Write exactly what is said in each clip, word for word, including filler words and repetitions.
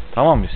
Tamam mıyız?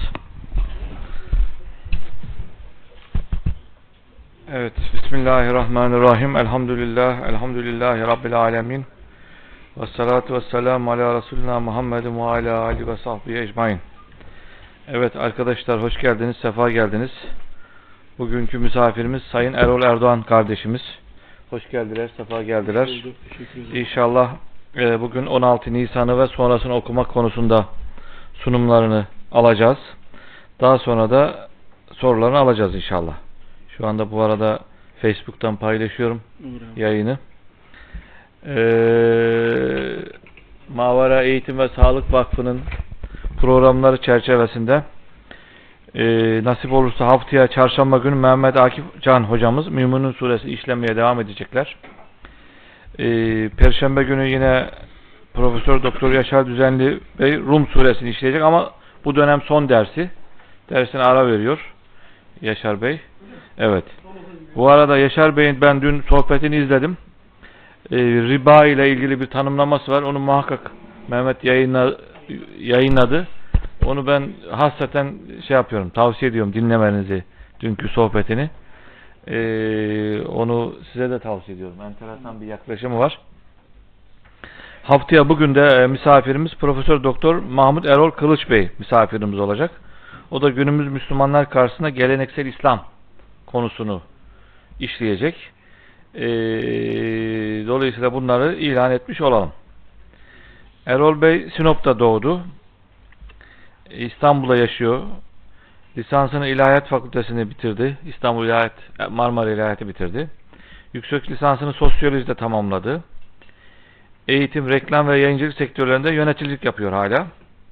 Evet. Bismillahirrahmanirrahim. Elhamdülillah. Elhamdülillahi Rabbil alemin. Vessalatu vesselamu ala Resulina Muhammedin ve ala alihi ve sahbihi ecmain. Evet arkadaşlar, hoş geldiniz, sefa geldiniz. Bugünkü misafirimiz Sayın Erol Erdoğan kardeşimiz. Hoş geldiler, sefa geldiler. İnşallah e, bugün on altı Nisan'ı ve sonrasını okumak konusunda sunumlarını alacağız. Daha sonra da sorularını alacağız inşallah. Şu anda bu arada Facebook'tan paylaşıyorum yayını. Ee, Mavera Eğitim ve Sağlık Vakfı'nın programları çerçevesinde e, nasip olursa haftaya çarşamba günü Mehmet Akif Can hocamız Müminun suresi işlemeye devam edecekler. E, Perşembe günü yine Profesör Doktor Yaşar Düzenli Bey Rum suresini işleyecek ama bu dönem son dersi. Dersine ara veriyor Yaşar Bey. Evet. Bu arada Yaşar Bey'in ben dün sohbetini izledim. E, riba ile ilgili bir tanımlaması var. Onu muhakkak Mehmet yayınla, yayınladı. Onu ben hasreten şey yapıyorum, tavsiye ediyorum dinlemenizi, dünkü sohbetini. E, onu size de tavsiye ediyorum. Enteresan bir yaklaşımı var. Haftaya bugün de e, misafirimiz Profesör Doktor Mahmut Erol Kılıç Bey misafirimiz olacak. O da günümüz Müslümanlar karşısında geleneksel İslam konusunu işleyecek. Ee, dolayısıyla bunları ilan etmiş olalım. Erol Bey Sinop'ta doğdu. İstanbul'da yaşıyor. Lisansını İlahiyat Fakültesini bitirdi. İstanbul İlahiyat, Marmara İlahiyat'ı bitirdi. Yüksek lisansını sosyolojide tamamladı. Eğitim, reklam ve yayıncılık sektörlerinde yöneticilik yapıyor hala.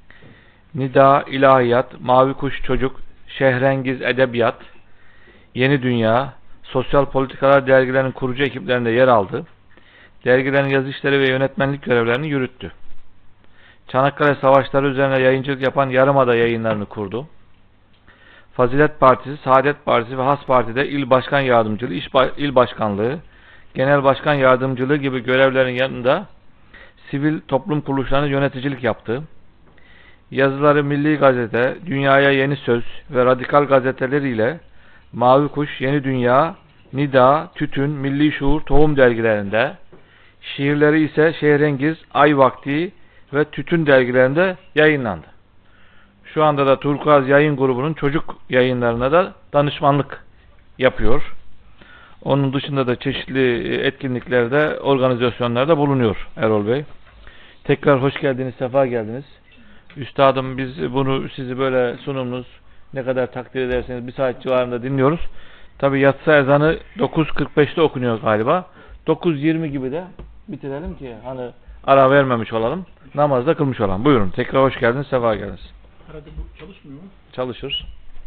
Nida, İlahiyat, Mavi Kuş Çocuk, Şehrengiz Edebiyat, Yeni Dünya, Sosyal Politikalar dergilerinin kurucu ekiplerinde yer aldı. Dergilerin yazı işleri ve yönetmenlik görevlerini yürüttü. Çanakkale Savaşları üzerine yayıncılık yapan Yarımada yayınlarını kurdu. Fazilet Partisi, Saadet Partisi ve Has Parti'de il başkan yardımcılığı, il başkanlığı, genel başkan yardımcılığı gibi görevlerin yanında sivil toplum kuruluşlarına yöneticilik yaptı. Yazıları Milli Gazete, Dünyaya Yeni Söz ve Radikal gazeteleriyle Mavi Kuş, Yeni Dünya, Nida, Tütün, Milli Şuur, Tohum dergilerinde, şiirleri ise Şehrengiz, Ay Vakti ve Tütün dergilerinde yayınlandı. Şu anda da Turkuaz Yayın Grubu'nun çocuk yayınlarına da danışmanlık yapıyor. Onun dışında da çeşitli etkinliklerde, organizasyonlarda bulunuyor Erol Bey. Tekrar hoş geldiniz, sefa geldiniz. Üstadım, biz bunu sizi böyle sunumunuz ne kadar takdir ederseniz bir saat civarında dinliyoruz. Tabi yatsı ezanı dokuz kırk beşte okunuyor galiba. dokuz yirmi gibi de bitirelim ki hani ara vermemiş olalım. Namazda kılmış olalım. Buyurun. Tekrar hoş geldiniz, sefa geldiniz. Arada bu çalışmıyor mu? Çalışır.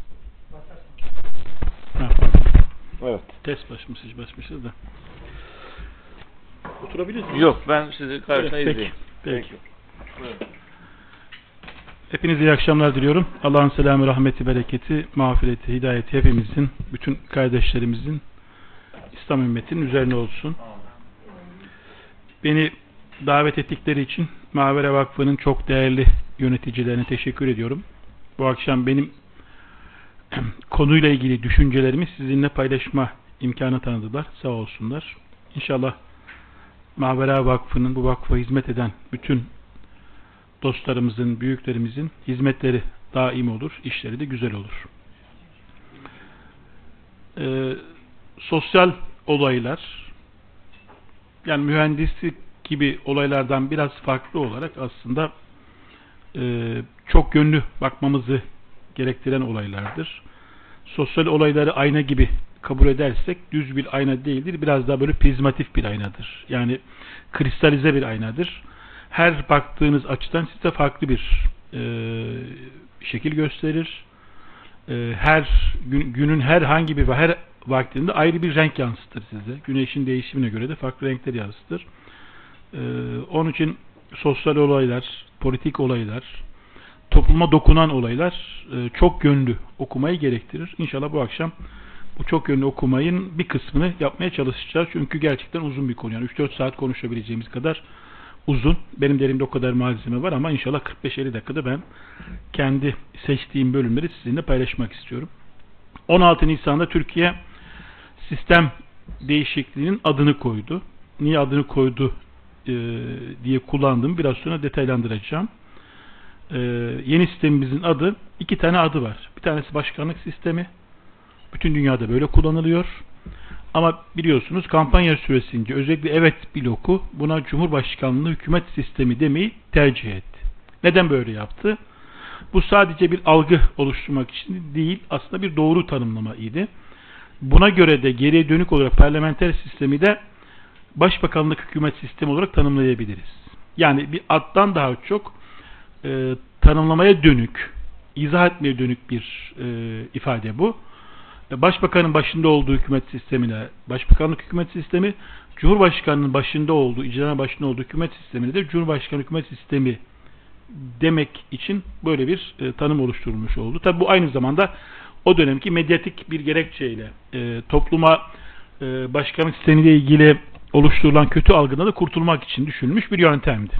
Ha. Evet. Test başmışız, başmışız da. Oturabilirsiniz. Yok, ben sizi karşına evet, izleyeyim. Peki. Peki. Peki. Hepinize iyi akşamlar diliyorum. Allah'ın selamı, rahmeti, bereketi, mağfireti, hidayeti hepimizin, bütün kardeşlerimizin, İslam ümmetinin üzerine olsun. Beni davet ettikleri için Mavera Vakfı'nın çok değerli yöneticilerine teşekkür ediyorum. Bu akşam benim konuyla ilgili düşüncelerimi sizinle paylaşma imkanı tanıdılar. Sağ olsunlar. İnşallah Mavera Vakfı'nın, bu vakfa hizmet eden bütün dostlarımızın, büyüklerimizin hizmetleri daim olur, işleri de güzel olur. Ee, sosyal olaylar, yani mühendislik gibi olaylardan biraz farklı olarak aslında e, çok yönlü bakmamızı gerektiren olaylardır. Sosyal olayları ayna gibi kabul edersek düz bir ayna değildir, biraz daha böyle prizmatif bir aynadır. Yani kristalize bir aynadır. Her baktığınız açıdan size farklı bir e, şekil gösterir. E, her gün, günün herhangi bir ve her vaktinde ayrı bir renk yansıtır size. Güneşin değişimine göre de farklı renkler yansıtır. E, onun için sosyal olaylar, politik olaylar, topluma dokunan olaylar e, çok yönlü okumayı gerektirir. İnşallah bu akşam bu çok yönlü okumayın bir kısmını yapmaya çalışacağız. Çünkü gerçekten uzun bir konu. Yani üç dört saat konuşabileceğimiz kadar uzun. Benim de elimde o kadar malzeme var ama inşallah kırk beş elli dakikada ben kendi seçtiğim bölümleri sizinle paylaşmak istiyorum. on altı Nisan'da Türkiye sistem değişikliğinin adını koydu. Niye adını koydu e, diye kullandığımı biraz sonra detaylandıracağım. E, yeni sistemimizin adı, iki tane adı var. Bir tanesi başkanlık sistemi. Bütün dünyada böyle kullanılıyor. Ama biliyorsunuz kampanya süresince özellikle evet bloku buna Cumhurbaşkanlığı hükümet sistemi demeyi tercih etti. Neden böyle yaptı? Bu sadece bir algı oluşturmak için değil, aslında bir doğru tanımlamaydı. Buna göre de geriye dönük olarak parlamenter sistemi de başbakanlık hükümet sistemi olarak tanımlayabiliriz. Yani bir addan daha çok e, tanımlamaya dönük, izah etmeye dönük bir e, ifade bu. Başbakanın başında olduğu hükümet sistemine başbakanlık hükümet sistemi, Cumhurbaşkanının başında olduğu, icra başında olduğu hükümet sistemine de Cumhurbaşkanı hükümet sistemi demek için böyle bir e, tanım oluşturulmuş oldu. Tabi bu aynı zamanda o dönemki medyatik bir gerekçeyle e, topluma e, başkanlık sistemiyle ilgili oluşturulan kötü algıdan da kurtulmak için düşünülmüş bir yöntemdi.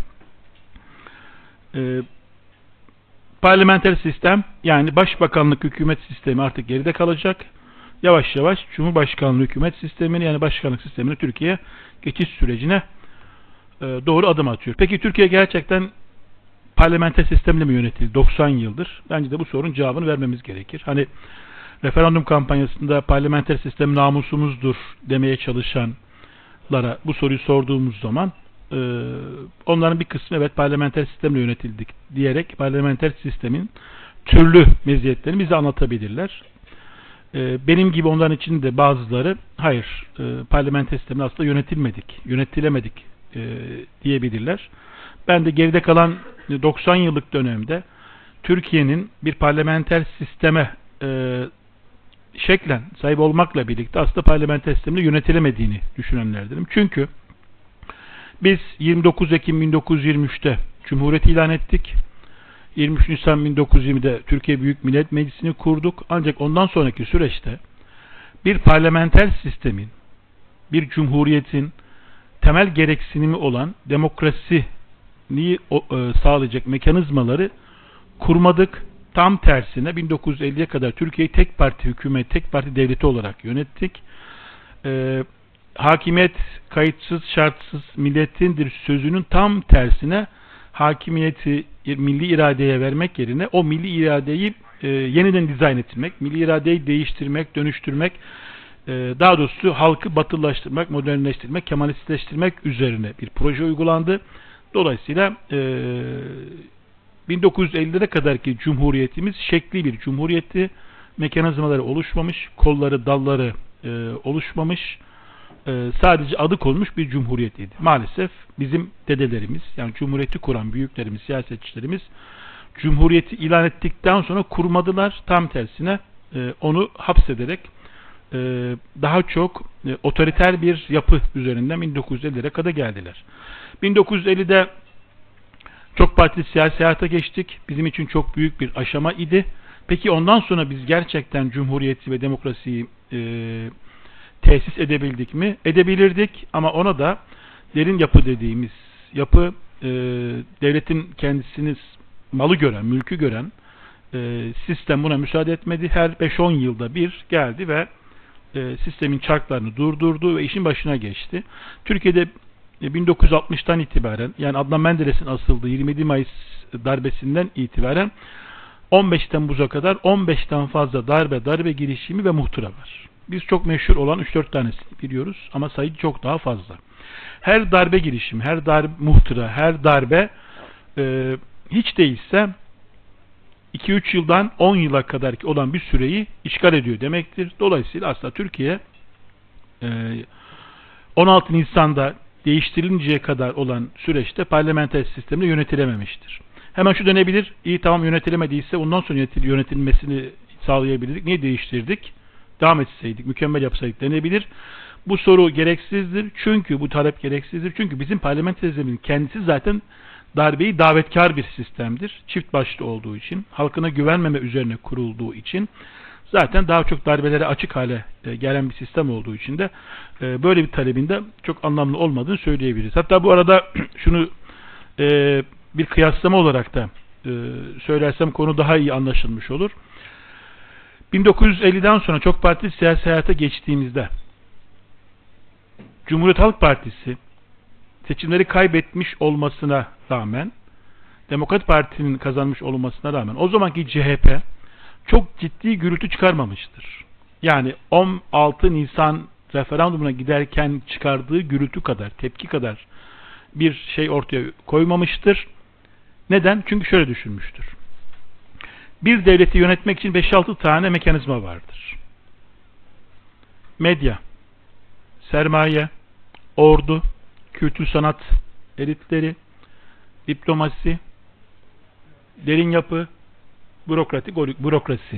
E, parlamenter sistem, yani başbakanlık hükümet sistemi artık geride kalacak. Yavaş yavaş Cumhurbaşkanlığı hükümet sistemini, yani başkanlık sistemini Türkiye geçiş sürecine e, doğru adım atıyor. Peki Türkiye gerçekten parlamenter sistemle mi yönetildi doksan yıldır? Bence de bu sorunun cevabını vermemiz gerekir. Hani referandum kampanyasında parlamenter sistem namusumuzdur demeye çalışanlara bu soruyu sorduğumuz zaman e, onların bir kısmı evet parlamenter sistemle yönetildik diyerek parlamenter sistemin türlü meziyetlerini bize anlatabilirler. E, benim gibi onların içinde bazıları hayır e, parlamenter sistemle aslında yönetilmedik, yönetilemedik e, diyebilirler. Ben de geride kalan doksan yıllık dönemde Türkiye'nin bir parlamenter sisteme e, şeklen sahip olmakla birlikte aslında parlamenter sistemle yönetilemediğini düşünenlerdenim. Çünkü biz yirmi dokuz Ekim bin dokuz yüz yirmi üç'te Cumhuriyet ilan ettik. yirmi üç Nisan bin dokuz yüz yirmi'de Türkiye Büyük Millet Meclisi'ni kurduk. Ancak ondan sonraki süreçte bir parlamenter sistemin, bir cumhuriyetin temel gereksinimi olan demokrasi ni sağlayacak mekanizmaları kurmadık. Tam tersine bin dokuz yüz elli'ye kadar Türkiye'yi tek parti hükümet, tek parti devleti olarak yönettik. Ee, hakimiyet kayıtsız, şartsız milletindir sözünün tam tersine hakimiyeti milli iradeye vermek yerine o milli iradeyi e, yeniden dizayn etmek, milli iradeyi değiştirmek, dönüştürmek, e, daha doğrusu halkı batılılaştırmak, modernleştirmek, kemalistleştirmek üzerine bir proje uygulandı. Dolayısıyla e, bin dokuz yüz elli'lere kadarki cumhuriyetimiz şekli bir cumhuriyetti. Mekanizmaları oluşmamış, kolları, dalları e, oluşmamış, e, sadece adı konmuş bir cumhuriyetiydi. Maalesef bizim dedelerimiz, yani cumhuriyeti kuran büyüklerimiz, siyasetçilerimiz cumhuriyeti ilan ettikten sonra kurmadılar. Tam tersine e, onu hapsederek e, daha çok e, otoriter bir yapı üzerinden bin dokuz yüz elli'lere kadar geldiler. bin dokuz yüz elli'de çok partili siyasi hayata geçtik. Bizim için çok büyük bir aşama idi. Peki ondan sonra biz gerçekten cumhuriyeti ve demokrasiyi e, tesis edebildik mi? Edebilirdik ama ona da derin yapı dediğimiz yapı e, devletin kendisini malı gören, mülkü gören e, sistem buna müsaade etmedi. Her beş on yılda bir geldi ve e, sistemin çarklarını durdurdu ve işin başına geçti. Türkiye'de bin dokuz yüz altmış'tan itibaren, yani Adnan Menderes'in asıldığı yirmi yedi Mayıs darbesinden itibaren on beş Temmuz'a kadar on beş'ten fazla darbe, darbe girişimi ve muhtıra var. Biz çok meşhur olan üç dört tanesini biliyoruz ama sayı çok daha fazla. Her darbe girişimi, her darbe muhtıra, her darbe e, hiç değilse iki üç yıldan on yıla kadar olan bir süreyi işgal ediyor demektir. Dolayısıyla aslında Türkiye e, on altı Nisan'da değiştirilinceye kadar olan süreçte parlamenter sistemle yönetilememiştir. Hemen şu denebilir, iyi tamam yönetilemediyse ondan sonra yönetil, yönetilmesini sağlayabilirdik. Niye değiştirdik? Devam etseydik, mükemmel yapsaydık denebilir. Bu soru gereksizdir. Çünkü bu talep gereksizdir. Çünkü bizim parlamenter sistemin kendisi zaten darbeyi davetkar bir sistemdir. Çift başlı olduğu için, halkına güvenmeme üzerine kurulduğu için, zaten daha çok darbelere açık hale gelen bir sistem olduğu için de böyle bir talebin de çok anlamlı olmadığını söyleyebiliriz. Hatta bu arada şunu e, bir kıyaslama olarak da e, söylersem konu daha iyi anlaşılmış olur. bin dokuz yüz elliden sonra çok partili siyasi hayata geçtiğimizde Cumhuriyet Halk Partisi seçimleri kaybetmiş olmasına rağmen, Demokrat Parti'nin kazanmış olmasına rağmen o zamanki C H P çok ciddi gürültü çıkarmamıştır. Yani on altı Nisan referandumuna giderken çıkardığı gürültü kadar, tepki kadar bir şey ortaya koymamıştır. Neden? Çünkü şöyle düşünmüştür. Bir devleti yönetmek için beş altı tane mekanizma vardır. Medya, sermaye, ordu, kültür sanat elitleri, diplomasi, derin yapı, bürokratik bürokrasi.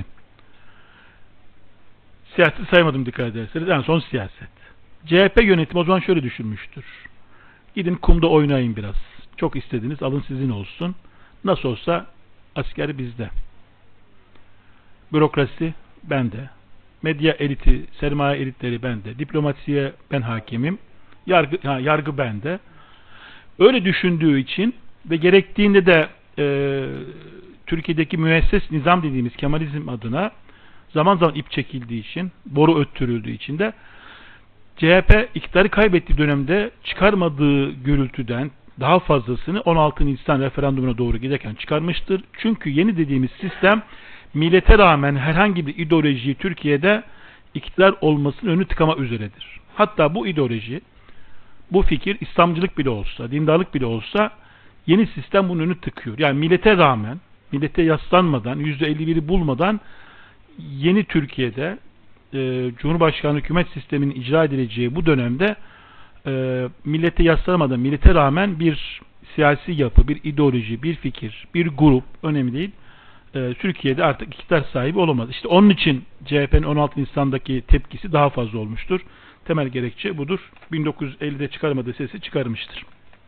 Siyaseti saymadım dikkat ederseniz. En son siyaset. C H P yönetimi o zaman şöyle düşünmüştür. Gidin kumda oynayın biraz. Çok istediniz, alın sizin olsun. Nasıl olsa asker bizde. Bürokrasi bende. Medya eliti, sermaye elitleri bende. Diplomasiye ben hakimim. Yargı, ha, yargı bende. Öyle düşündüğü için ve gerektiğinde de e, Türkiye'deki müesses nizam dediğimiz Kemalizm adına zaman zaman ip çekildiği için, boru öttürüldüğü için de C H P iktidarı kaybettiği dönemde çıkarmadığı gürültüden daha fazlasını on altı Nisan referandumuna doğru giderken çıkarmıştır. Çünkü yeni dediğimiz sistem millete rağmen herhangi bir ideolojiyi Türkiye'de iktidar olmasının önü tıkama üzeredir. Hatta bu ideoloji, bu fikir İslamcılık bile olsa, dindarlık bile olsa yeni sistem bunun önünü tıkıyor. Yani millete rağmen, millete yaslanmadan, yüzde elli biri bulmadan yeni Türkiye'de e, Cumhurbaşkanlığı hükümet sisteminin icra edileceği bu dönemde e, millete yaslanmadan, millete rağmen bir siyasi yapı, bir ideoloji, bir fikir, bir grup, önemli değil, e, Türkiye'de artık iktidar sahibi olamaz. İşte onun için C H P'nin on altı Nisan'daki tepkisi daha fazla olmuştur. Temel gerekçe budur. bin dokuz yüz ellide çıkarmadığı sesi çıkarmıştır.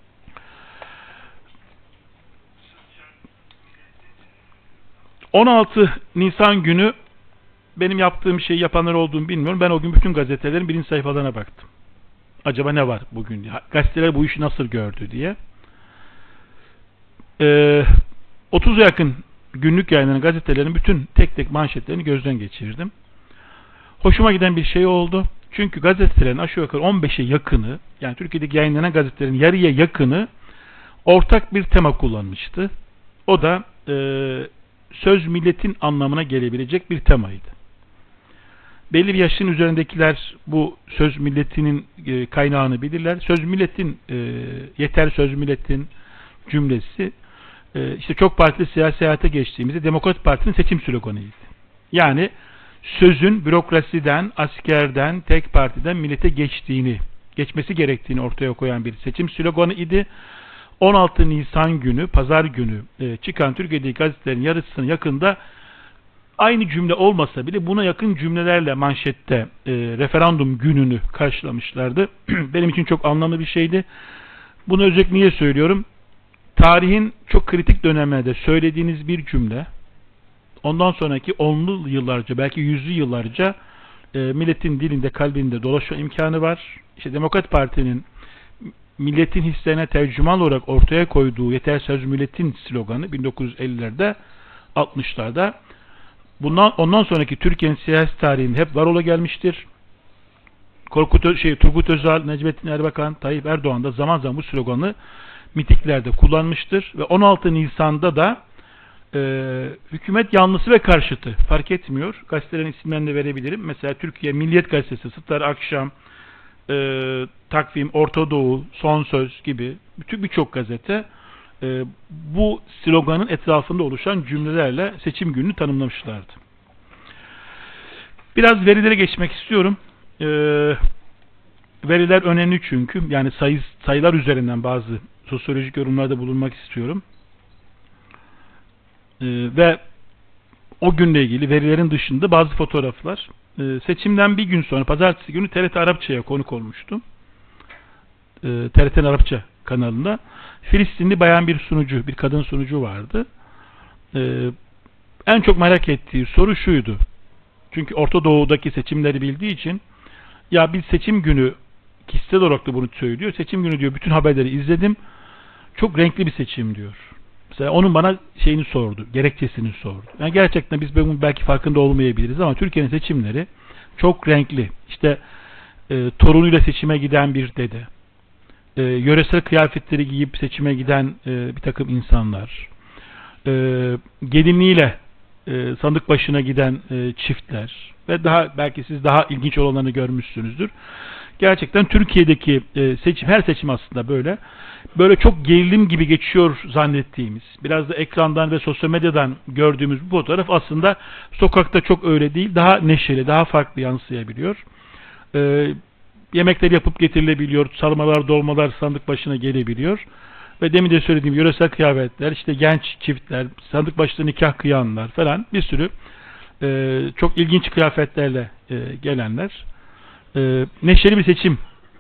on altı Nisan günü benim yaptığım şeyi yapanlar olduğunu bilmiyorum. Ben o gün bütün gazetelerin birinci sayfalarına baktım. Acaba ne var bugün? Gazeteler bu işi nasıl gördü diye. Ee, otuza yakın günlük yayınlanan gazetelerin bütün tek tek manşetlerini gözden geçirdim. Hoşuma giden bir şey oldu. Çünkü gazetelerin aşağı yukarı on beşe yakını, yani Türkiye'deki yayınlanan gazetelerin yarıya yakını ortak bir tema kullanmıştı. O da e, söz milletin anlamına gelebilecek bir temaydı. Belli bir yaşın üzerindekiler bu söz milletinin e, kaynağını bilirler. Söz milletin, e, yeter söz milletin cümlesi e, işte çok partili siyasi hayata geçtiğimizde Demokrat Parti'nin seçim sloganıydı. Yani sözün bürokrasiden, askerden, tek partiden millete geçtiğini, geçmesi gerektiğini ortaya koyan bir seçim sloganı idi. on altı Nisan günü, pazar günü e, çıkan Türkiye'deki gazetelerin yarısının yakında aynı cümle olmasa bile buna yakın cümlelerle manşette e, referandum gününü karşılamışlardı. Benim için çok anlamlı bir şeydi. Bunu özellikle niye söylüyorum? Tarihin çok kritik dönemlerde söylediğiniz bir cümle, ondan sonraki onlu yıllarca, belki yüzlü yıllarca e, milletin dilinde, kalbinde dolaşma imkanı var. İşte Demokrat Parti'nin milletin hislerine tercüman olarak ortaya koyduğu yeter söz milletin sloganı bin dokuz yüz ellilerde, altmışlarda bundan ondan sonraki Türkiye'nin siyasi tarihinde hep var ola gelmiştir. Korkut şey Turgut Özal, Necmettin Erbakan, Tayyip Erdoğan da zaman zaman bu sloganı mitiklerde kullanmıştır ve on altı Nisan'da da e, hükümet yanlısı ve karşıtı fark etmiyor. Gazetelerin isimlerini de verebilirim. Mesela Türkiye Milliyet Gazetesi, Star Akşam, e, Takvim, Orta Doğu, Son Söz gibi bütün birçok gazete e, bu sloganın etrafında oluşan cümlelerle seçim gününü tanımlamışlardı. Biraz verilere geçmek istiyorum. E, veriler önemli çünkü. Yani sayı, sayılar üzerinden bazı sosyolojik yorumlarda bulunmak istiyorum. E, ve o günle ilgili verilerin dışında bazı fotoğraflar. E, seçimden bir gün sonra, pazartesi günü T R T Arapça'ya konuk olmuştum. E, T R T'nin Arapça kanalında. Filistinli bayan bir sunucu, bir kadın sunucu vardı. Ee, en çok merak ettiği soru şuydu. Çünkü Orta Doğu'daki seçimleri bildiği için ya bir seçim günü, kişisel olarak da bunu söylüyor. Seçim günü diyor bütün haberleri izledim. çok renkli bir seçim diyor. Mesela onun bana şeyini sordu, gerekçesini sordu. Yani gerçekten biz bunun belki farkında olmayabiliriz ama Türkiye'nin seçimleri çok renkli. İşte e, torunuyla seçime giden bir dede, e, yöresel kıyafetleri giyip seçime giden e, bir takım insanlar, e, gelinliğiyle e, sandık başına giden e, çiftler ve daha belki siz daha ilginç olanlarını görmüşsünüzdür. Gerçekten Türkiye'deki e, seçim, her seçim aslında böyle. Böyle çok gerilim gibi geçiyor zannettiğimiz, biraz da ekrandan ve sosyal medyadan gördüğümüz bu fotoğraf aslında sokakta çok öyle değil, daha neşeli, daha farklı yansıyabiliyor. E, yemekler yapıp getirilebiliyor, sarmalar, dolmalar sandık başına gelebiliyor. Ve demin de söylediğim yöresel kıyafetler, işte genç çiftler, sandık başında nikah kıyanlar falan bir sürü e, çok ilginç kıyafetlerle e, gelenler. E, neşeli bir seçim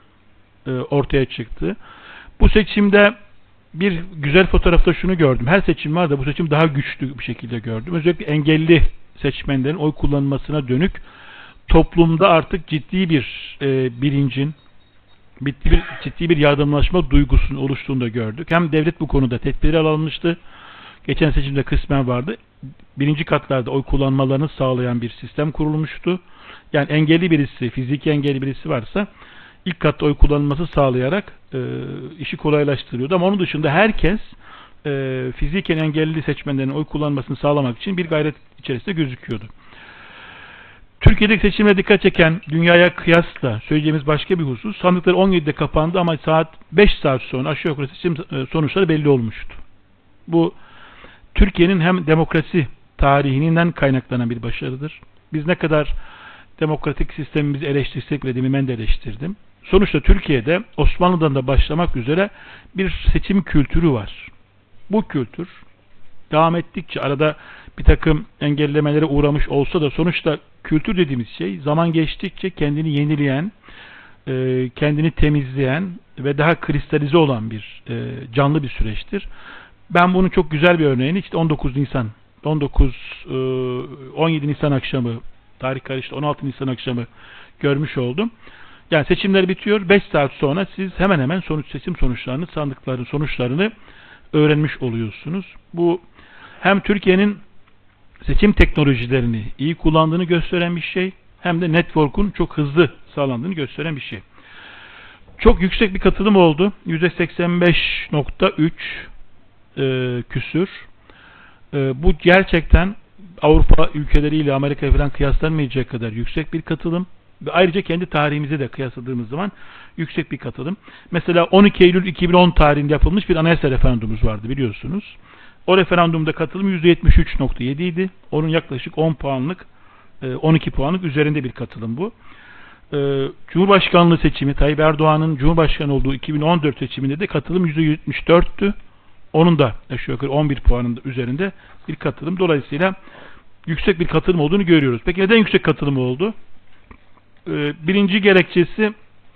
e, ortaya çıktı. Bu seçimde bir güzel fotoğrafta şunu gördüm. Her seçim var da bu seçim daha güçlü bir şekilde gördüm. Özellikle engelli seçmenlerin oy kullanmasına dönük toplumda artık ciddi bir e, bilincin, ciddi bir, ciddi bir yardımlaşma duygusunun oluştuğunu da gördük. Hem devlet bu konuda tedbir alınmıştı. Geçen seçimde kısmen vardı. Birinci katlarda oy kullanmalarını sağlayan bir sistem kurulmuştu. Yani engelli birisi, fiziki engelli birisi varsa ilk katta oy kullanılması sağlayarak e, işi kolaylaştırıyordu. Ama onun dışında herkes e, fiziken engelli seçmenlerin oy kullanmasını sağlamak için bir gayret içerisinde gözüküyordu. Türkiye'deki seçimlere dikkat çeken, dünyaya kıyasla söyleyeceğimiz başka bir husus, sandıklar on yedide kapandı ama saat beş saat sonra aşağı yukarı seçim sonuçları belli olmuştu. Bu Türkiye'nin hem demokrasi tarihinden kaynaklanan bir başarıdır. Biz ne kadar demokratik sistemimizi eleştirsek bile, demin ben de eleştirdim. Sonuçta Türkiye'de Osmanlı'dan da başlamak üzere bir seçim kültürü var. Bu kültür devam ettikçe, arada bir takım engellemelere uğramış olsa da sonuçta kültür dediğimiz şey zaman geçtikçe kendini yenileyen, kendini temizleyen ve daha kristalize olan bir canlı bir süreçtir. Ben bunun çok güzel bir örneğini işte on dokuz Nisan, on dokuz on yedi Nisan akşamı, tarih karıştı, on altı Nisan akşamı görmüş oldum. Yani seçimler bitiyor. beş saat sonra siz hemen hemen sonuç seçim sonuçlarını, sandıkların sonuçlarını öğrenmiş oluyorsunuz. Bu hem Türkiye'nin seçim teknolojilerini iyi kullandığını gösteren bir şey, hem de network'un çok hızlı sağlandığını gösteren bir şey. Çok yüksek bir katılım oldu. yüzde seksen beş nokta üç e, küsür. E, bu gerçekten Avrupa ülkeleriyle Amerika falan kıyaslanmayacak kadar yüksek bir katılım. Ve ayrıca kendi tarihimize de kıyasladığımız zaman yüksek bir katılım. Mesela on iki Eylül iki bin on tarihinde yapılmış bir anayasa referandumumuz vardı, biliyorsunuz. O referandumda katılım yüzde yetmiş üç nokta yedi idi. Onun yaklaşık on puanlık, on iki puanlık üzerinde bir katılım bu. Cumhurbaşkanlığı seçimi, Tayyip Erdoğan'ın Cumhurbaşkanı olduğu iki bin on dört seçiminde de katılım yüzde yetmiş dörttü. Onun da aşağı yukarı on bir puanın üzerinde bir katılım. Dolayısıyla yüksek bir katılım olduğunu görüyoruz. Peki neden yüksek katılım oldu? Birinci gerekçesi,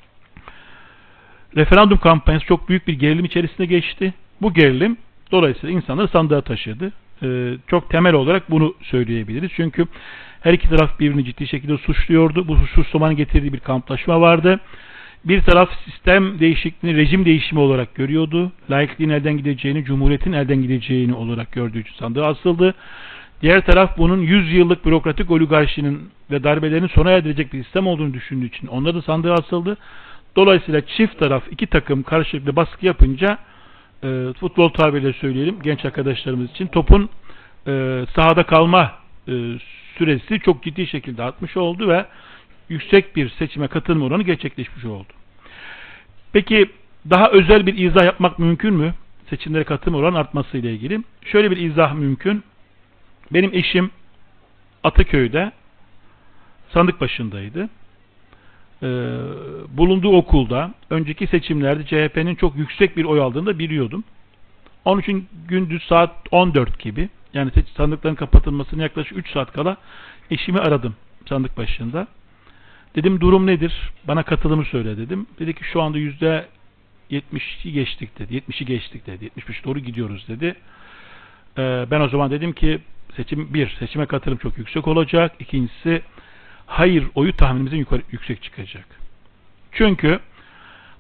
referandum kampanyası çok büyük bir gerilim içerisinde geçti. Bu gerilim dolayısıyla insanları sandığa taşıdı. Çok temel olarak bunu söyleyebiliriz. Çünkü her iki taraf birbirini ciddi şekilde suçluyordu. Bu suçlamanın getirdiği bir kamplaşma vardı. Bir taraf sistem değişikliğini rejim değişimi olarak görüyordu. Laikliğin elden gideceğini, cumhuriyetin elden gideceğini olarak gördüğü için sandığa asıldı. Diğer taraf bunun yüz yıllık bürokratik oligarşinin ve darbelerin sona erdirecek bir sistem olduğunu düşündüğü için onlar da sandığa asıldı. Dolayısıyla çift taraf, iki takım karşılıklı baskı yapınca e, futbol tabiriyle söyleyelim genç arkadaşlarımız için, topun e, sahada kalma e, süresi çok ciddi şekilde artmış oldu ve yüksek bir seçime katılma oranı gerçekleşmiş oldu. Peki daha özel bir izah yapmak mümkün mü? Seçimlere katılma oranı artmasıyla ilgili. Şöyle bir izah mümkün. Benim eşim Ataköy'de sandık başındaydı. Ee, bulunduğu okulda önceki seçimlerde C H P'nin çok yüksek bir oy aldığını da biliyordum. Onun için gündüz saat on dört gibi, yani sandıkların kapatılmasına yaklaşık üç saat kala eşimi aradım sandık başında. Dedim durum nedir? Bana katılımı söyle dedim. Dedi ki şu anda yüzde yetmişi geçtik dedi. yetmişi geçtik dedi. yetmiş beşe doğru gidiyoruz dedi. Ee, ben o zaman dedim ki seçim bir, seçime katılım çok yüksek olacak. İkincisi, hayır oyu tahminimizden yukarı yüksek çıkacak. Çünkü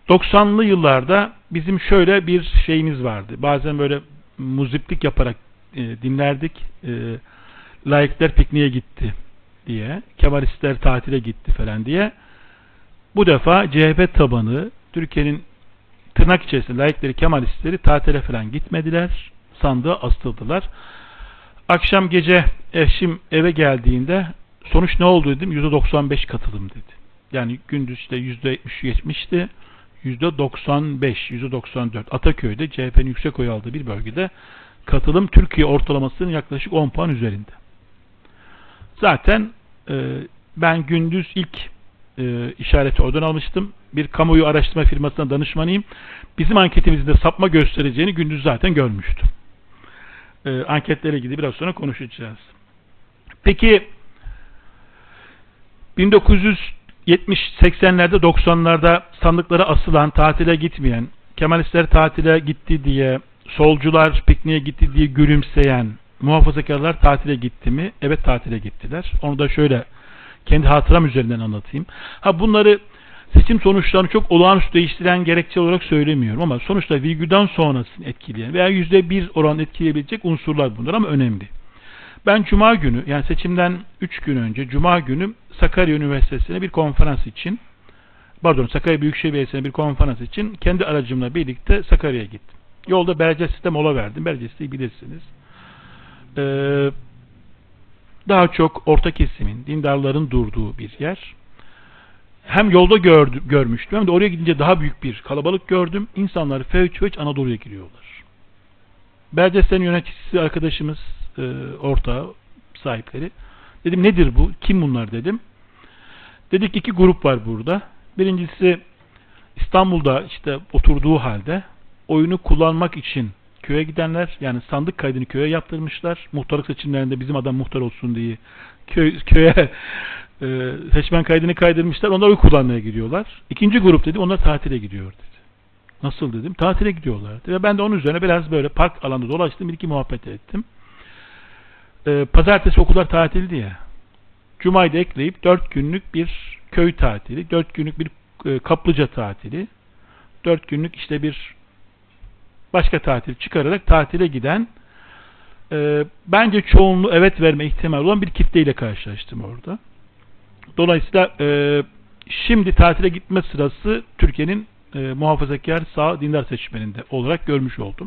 doksanlı yıllarda bizim şöyle bir şeyimiz vardı. Bazen böyle muziplik yaparak e, dinlerdik. E, laikler pikniğe gitti diye. Kemalistler tatile gitti falan diye. Bu defa C H P tabanı Türkiye'nin tırnak içerisinde laikleri, Kemalistleri tatile falan gitmediler. Sandığa astırdılar. Akşam gece eşim eve geldiğinde sonuç ne oldu dedim. yüzde doksan beş katılım dedi. Yani gündüz işte yüzde yetmiş geçmişti. yüzde doksan beş, yüzde doksan dört. Ataköy'de C H P'nin yüksek oy aldığı bir bölgede katılım Türkiye ortalamasının yaklaşık on puan üzerinde. Zaten e, ben gündüz ilk e, işareti oradan almıştım. Bir kamuoyu araştırma firmasına danışmanıyım. Bizim anketimizde sapma göstereceğini gündüz zaten görmüştüm. E, anketlere ilgili biraz sonra konuşacağız. Peki bin dokuz yüz yetmiş seksenlerde doksanlarda sandıklara asılan, tatile gitmeyen, Kemalistler tatile gitti diye, solcular pikniğe gitti diye gülümseyen muhafazakarlar tatile gitti mi? Evet, tatile gittiler. Onu da şöyle kendi hatıram üzerinden anlatayım. Ha, bunları seçim sonuçlarını çok olağanüstü değiştiren gerekçe olarak söylemiyorum ama sonuçta virgülden sonrasını etkileyen veya yüzde bir oran etkileyebilecek unsurlar bunlar ama önemli. Ben Cuma günü, yani seçimden üç gün önce Cuma günü Sakarya Üniversitesi'ne bir konferans için, pardon Sakarya Büyükşehir Belediyesi'ne bir konferans için kendi aracımla birlikte Sakarya'ya gittim. Yolda Bercesi'de mola verdim. Bercesi'yi bilirsiniz. Ee, daha çok orta kesimin, dindarların durduğu bir yer. Hem yolda gördüm, görmüştüm hem de oraya gidince daha büyük bir kalabalık gördüm. İnsanlar fevç fevç Anadolu'ya giriyorlar. Bercesi'nin yöneticisi arkadaşımız, e, ortağı, sahipleri. Dedim nedir bu? Kim bunlar dedim. Dedik iki grup var burada. Birincisi İstanbul'da işte oturduğu halde oyunu kullanmak için köye gidenler, yani sandık kaydını köye yaptırmışlar. Muhtarlık seçimlerinde bizim adam muhtar olsun diye köy, köye e, seçmen kaydını kaydırmışlar. Onlar oy kullanmaya gidiyorlar. İkinci grup dedi, onlar tatile gidiyor dedi. Nasıl dedim? Tatile gidiyorlar. Ve ben de onun üzerine biraz böyle park alanda dolaştım. Bir iki muhabbet ettim. E, pazartesi okullar tatildi ya. Cuma'yı da ekleyip dört günlük bir köy tatili, dört günlük bir e, kaplıca tatili, dört günlük işte bir başka tatil çıkararak tatile giden, e, bence çoğunluğu evet verme ihtimali olan bir kitleyle karşılaştım orada. Dolayısıyla e, şimdi tatile gitme sırası Türkiye'nin e, muhafazakar sağ dindar seçmeninde olarak görmüş oldum.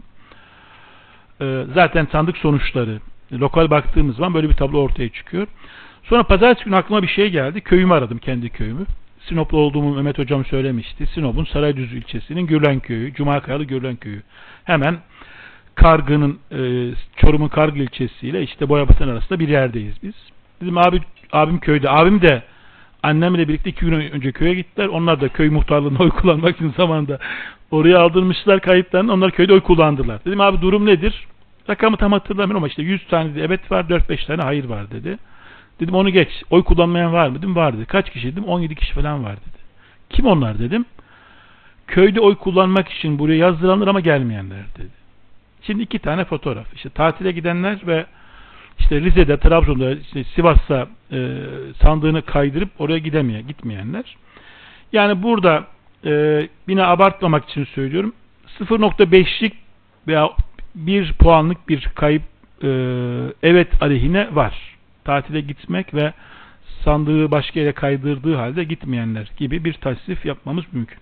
E, zaten sandık sonuçları lokal baktığımız zaman böyle bir tablo ortaya çıkıyor. Sonra pazartesi günü aklıma bir şey geldi. Köyümü aradım, kendi köyümü. Sinoplu olduğumu Mehmet Hocam söylemişti. Sinop'un Saraydüzü ilçesinin Gürlen Köyü, Cumakayalı Gürlen Köyü. Hemen Kargı'nın, e, Çorum'un Kargı ilçesiyle işte Boyabat'ın arasında bir yerdeyiz biz. Dedim abi, abim köyde. Abim de annemle birlikte iki gün önce köye gittiler. Onlar da köy muhtarlığına oy kullanmak için zamanında oraya aldırmışlar kayıtlarını. Onlar köyde oy kullandılar. Dedim abi durum nedir? Rakamı tam hatırlamıyorum ama işte yüz tane de evet var, dört beş tane hayır var dedi. Dedim onu geç. Oy kullanmayan var mı? Dedim var dedi. Kaç kişi dedim? on yedi kişi falan var dedi. Kim onlar dedim. Köyde oy kullanmak için buraya yazdıranlar ama gelmeyenler dedi. Şimdi iki tane fotoğraf. İşte tatile gidenler ve işte Rize'de, Trabzon'da, işte Sivas'ta e, sandığını kaydırıp oraya gidemeyen, gitmeyenler. Yani burada e, yine abartmamak için söylüyorum. sıfır nokta beşlik veya bir puanlık bir kayıp e, evet aleyhine var. Tatile gitmek ve sandığı başka yere kaydırdığı halde gitmeyenler gibi bir tasnif yapmamız mümkün.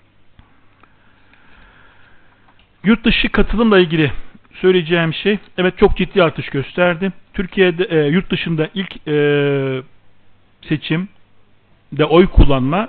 Yurt dışı katılımla ilgili söyleyeceğim şey, evet çok ciddi artış gösterdi. Türkiye'de e, yurt dışında ilk e, seçimde oy kullanma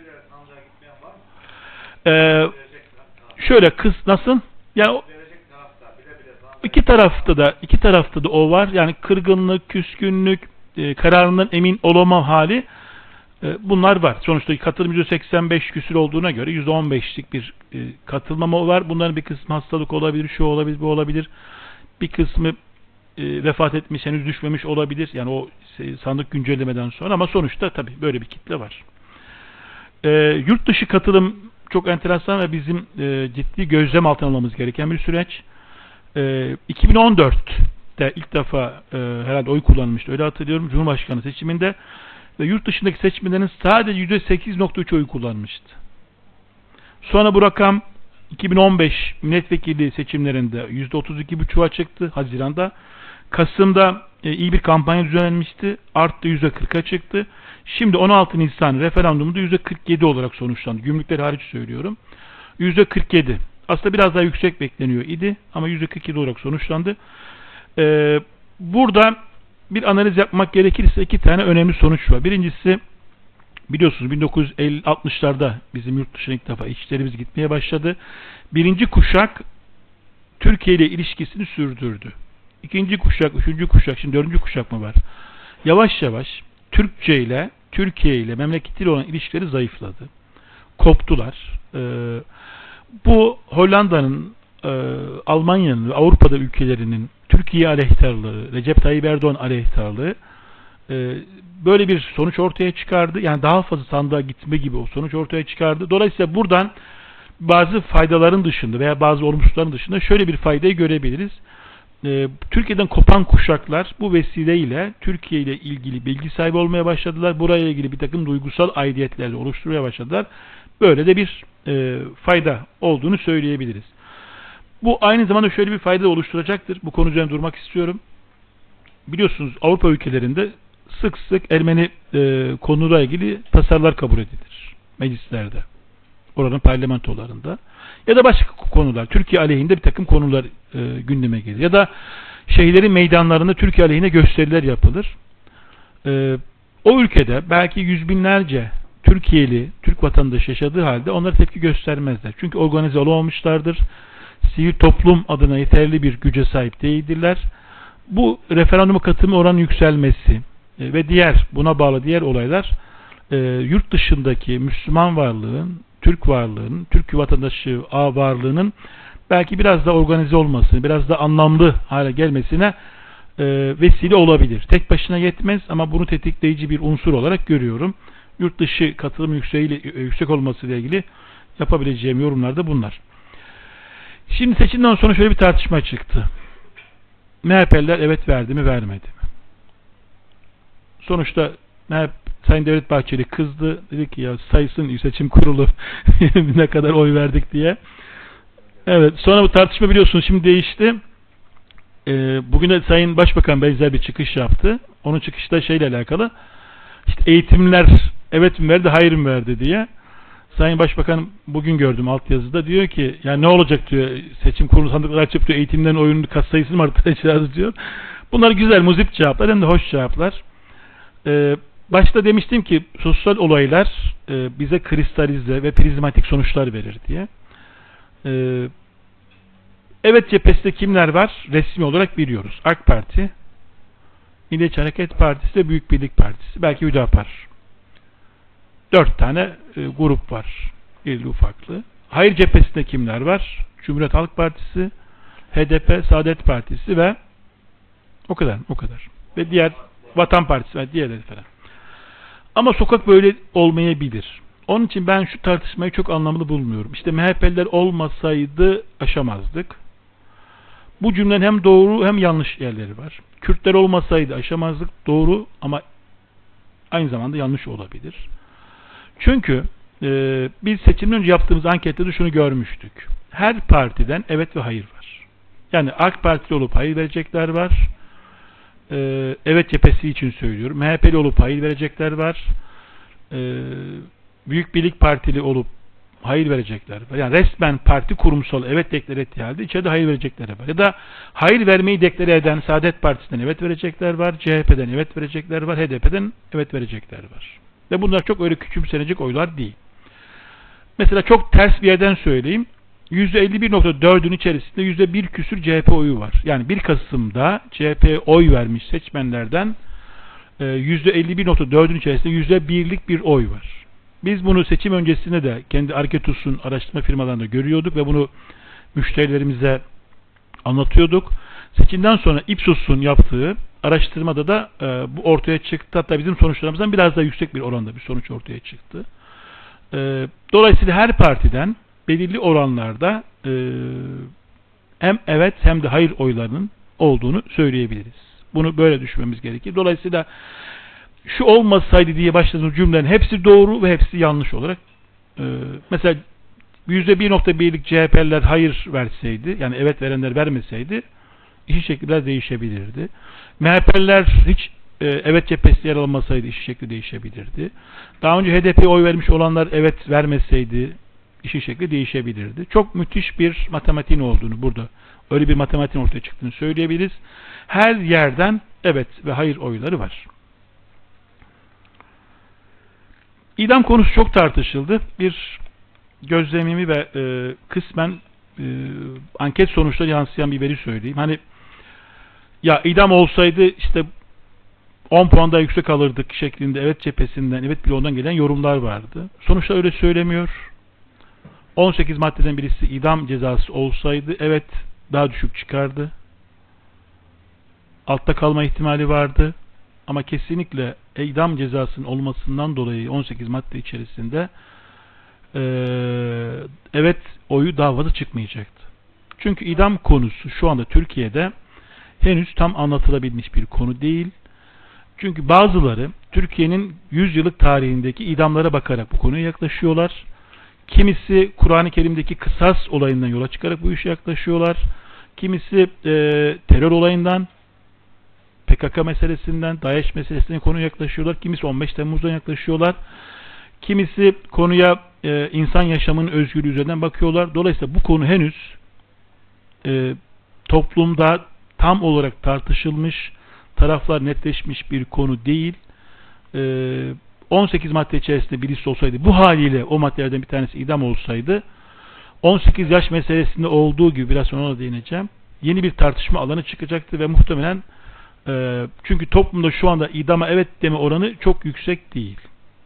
e, şöyle kız nasıl? Yani iki tarafta da iki tarafta da o var. Yani kırgınlık, küskünlük, e, kararından emin olamama hali, e, bunlar var. Sonuçta katılım yüzde seksen beş küsür olduğuna göre yüzde on beşlik bir e, katılmama var. Bunların bir kısmı hastalık olabilir, şu olabilir, bu olabilir. Bir kısmı e, vefat etmiş, henüz düşmemiş olabilir. Yani o e, sandık güncellemeden sonra, ama sonuçta tabii böyle bir kitle var. E, yurt dışı katılım çok enteresan ve bizim e, ciddi gözlem altına almamız gereken bir süreç. E, iki bin on dörtte ilk defa e, herhalde oy kullanılmıştı. Öyle hatırlıyorum. Cumhurbaşkanı seçiminde ve yurt dışındaki seçmenlerin sadece yüzde sekiz nokta üç oy kullanmıştı. Sonra bu rakam iki bin on beş milletvekili seçimlerinde yüzde otuz iki buçuğa çıktı Haziran'da. Kasım'da e, iyi bir kampanya düzenlenmişti. Arttı, yüzde kırka çıktı. Şimdi on altı Nisan referandumunda yüzde kırk yedi olarak sonuçlandı. Gümrükleri hariç söylüyorum. yüzde kırk yedi. Aslında biraz daha yüksek bekleniyor idi ama yüzde kırk yedi olarak sonuçlandı. Ee, burada bir analiz yapmak gerekirse iki tane önemli sonuç var. Birincisi, biliyorsunuz bin dokuz yüz altmışlarda bizim yurt dışına ilk defa işçilerimiz gitmeye başladı. Birinci kuşak Türkiye ile ilişkisini sürdürdü. İkinci kuşak, üçüncü kuşak, şimdi dördüncü kuşak mı var? Yavaş yavaş Türkçe ile, Türkiye ile, memleketiyle olan ilişkileri zayıfladı. Koptular. Ee, bu Hollanda'nın, e, Almanya'nın ve Avrupa'da ülkelerinin Türkiye aleyhtarlığı, Recep Tayyip Erdoğan aleyhtarlığı e, böyle bir sonuç ortaya çıkardı. Yani daha fazla sandığa gitme gibi o sonuç ortaya çıkardı. Dolayısıyla buradan bazı faydaların dışında veya bazı olumsuzların dışında şöyle bir faydayı görebiliriz. E, Türkiye'den kopan kuşaklar bu vesileyle Türkiye ile ilgili bilgi sahibi olmaya başladılar. Buraya ilgili bir takım duygusal aidiyetlerle oluşturmaya başladılar. Böyle de bir e, fayda olduğunu söyleyebiliriz. Bu aynı zamanda şöyle bir fayda oluşturacaktır. Bu konu üzerine durmak istiyorum. Biliyorsunuz Avrupa ülkelerinde sık sık Ermeni e, konularla ilgili tasarılar kabul edilir. Meclislerde. Oranın parlamentolarında. Ya da başka konular. Türkiye aleyhinde bir takım konular e, gündeme gelir. Ya da şehirlerin meydanlarında Türkiye aleyhine gösteriler yapılır. E, o ülkede belki yüz binlerce Türkiye'li, Türk vatandaşı yaşadığı halde onlara tepki göstermezler. Çünkü organize olamamışlardır. Sivil toplum adına yeterli bir güce sahip değildirler. Bu referanduma katılma oranının yükselmesi e, ve diğer buna bağlı diğer olaylar e, yurt dışındaki Müslüman varlığın, Türk varlığının, Türk vatandaşı ağ varlığının belki biraz da organize olmasını, biraz da anlamlı hale gelmesine e, vesile olabilir. Tek başına yetmez ama bunu tetikleyici bir unsur olarak görüyorum. Yurt dışı katılım yükseğiyle, yüksek olması ile ilgili yapabileceğim yorumlar da bunlar. Şimdi seçimden sonra şöyle bir tartışma çıktı. M H P'liler evet verdi mi vermedi mi? Sonuçta M H P, Sayın Devlet Bahçeli kızdı. Dedi ki ya sayısın seçim kurulu ne kadar oy verdik diye. Evet, sonra bu tartışma biliyorsunuz şimdi değişti. Ee, bugün de Sayın Başbakan benzer bir çıkış yaptı. Onun çıkışta şeyle alakalı. İşte eğitimler evet mi verdi, hayır mı verdi diye. Sayın Başbakan bugün gördüm altyazıda diyor ki ya ne olacak diyor, seçim kurulu sandıkları açıp diyor eğitimlerin oyunun kat sayısını mı arttıracağız diyor. Bunlar güzel muzip cevaplar hem de hoş cevaplar. Ee, başta demiştim ki sosyal olaylar e, bize kristalize ve prizmatik sonuçlar verir diye. Ee, evet cephesinde kimler var? Resmi olarak biliyoruz. AK Parti, Milliyetçi Hareket Partisi ve Büyük Birlik Partisi. Belki Hüdapar. Dört tane e, grup var. İrili ufaklı. Hayır cephesinde kimler var? Cumhuriyet Halk Partisi, H D P, Saadet Partisi ve o kadar, o kadar. Ve diğer Vatan Partisi ve diğerleri falan. Ama sokak böyle olmayabilir. Onun için ben şu tartışmayı çok anlamlı bulmuyorum. İşte M H P'liler olmasaydı aşamazdık. Bu cümlenin hem doğru hem yanlış yerleri var. Kürtler olmasaydı aşamazdık. Doğru ama aynı zamanda yanlış olabilir. Çünkü e, biz seçimden önce yaptığımız ankette de şunu görmüştük. Her partiden evet ve hayır var. Yani AK Partili olup hayır verecekler var. E, evet cephesi için söylüyorum. M H P'li olup hayır verecekler var. E, Büyük Birlik Partili olup hayır verecekler var. Yani resmen parti kurumsal evet deklare ettiği halde içeride hayır verecekler var. Ya da hayır vermeyi deklare eden Saadet Partisi'nden evet verecekler var. C H P'den evet verecekler var. H D P'den evet verecekler var. Ve bunlar çok öyle küçümsenecek oylar değil. Mesela çok ters bir yerden söyleyeyim. yüzde elli bir nokta dördün içerisinde yüzde bir küsür C H P oyu var. Yani bir Kasım'da C H P'ye oy vermiş seçmenlerden yüzde elli bir nokta dördün içerisinde yüzde birlik bir oy var. Biz bunu seçim öncesinde de kendi Arketus'un araştırma firmalarında görüyorduk ve bunu müşterilerimize anlatıyorduk. Seçimden sonra Ipsos'un yaptığı araştırmada da e, bu ortaya çıktı. Hatta bizim sonuçlarımızdan biraz daha yüksek bir oranda bir sonuç ortaya çıktı. E, dolayısıyla her partiden belirli oranlarda e, hem evet hem de hayır oylarının olduğunu söyleyebiliriz. Bunu böyle düşünmemiz gerekir. Dolayısıyla şu olmasaydı diye başladığımız cümlelerin hepsi doğru ve hepsi yanlış olarak e, mesela yüzde bir nokta birlik C H P'liler hayır verseydi, yani evet verenler vermeseydi, işin şekli biraz değişebilirdi. M H P'liler hiç e, evet cephesi yer almasaydı işin şekli değişebilirdi. Daha önce H D P'ye oy vermiş olanlar evet vermeseydi işin şekli değişebilirdi. Çok müthiş bir matematiğin olduğunu burada, öyle bir matematiğin ortaya çıktığını söyleyebiliriz. Her yerden evet ve hayır oyları var. İdam konusu çok tartışıldı. Bir gözlemimi ve e, kısmen e, anket sonuçları yansıyan bir veri söyleyeyim. Hani ya idam olsaydı işte on puan daha yüksek alırdık şeklinde evet cephesinden, evet bloğundan gelen yorumlar vardı. Sonuçta öyle söylemiyor. on sekiz maddeden birisi idam cezası olsaydı evet daha düşük çıkardı. Altta kalma ihtimali vardı. Ama kesinlikle idam cezasının olmasından dolayı on sekiz madde içerisinde ee, evet oyu daha fazla çıkmayacaktı. Çünkü idam konusu şu anda Türkiye'de henüz tam anlatılabilmiş bir konu değil. Çünkü bazıları Türkiye'nin yüz yıllık tarihindeki idamlara bakarak bu konuya yaklaşıyorlar. Kimisi Kur'an-ı Kerim'deki kısas olayından yola çıkarak bu işe yaklaşıyorlar. Kimisi e, terör olayından, P K K meselesinden, DAEŞ meselesinden konuya yaklaşıyorlar. Kimisi on beş Temmuz'dan yaklaşıyorlar. Kimisi konuya e, insan yaşamının özgürlüğü üzerinden bakıyorlar. Dolayısıyla bu konu henüz e, toplumda tam olarak tartışılmış, taraflar netleşmiş bir konu değil. E, on sekiz madde içerisinde birisi olsaydı, bu haliyle o maddelerden bir tanesi idam olsaydı, on sekiz yaş meselesinde olduğu gibi, biraz sonra ona değineceğim, yeni bir tartışma alanı çıkacaktı ve muhtemelen e, çünkü toplumda şu anda idama evet deme oranı çok yüksek değil.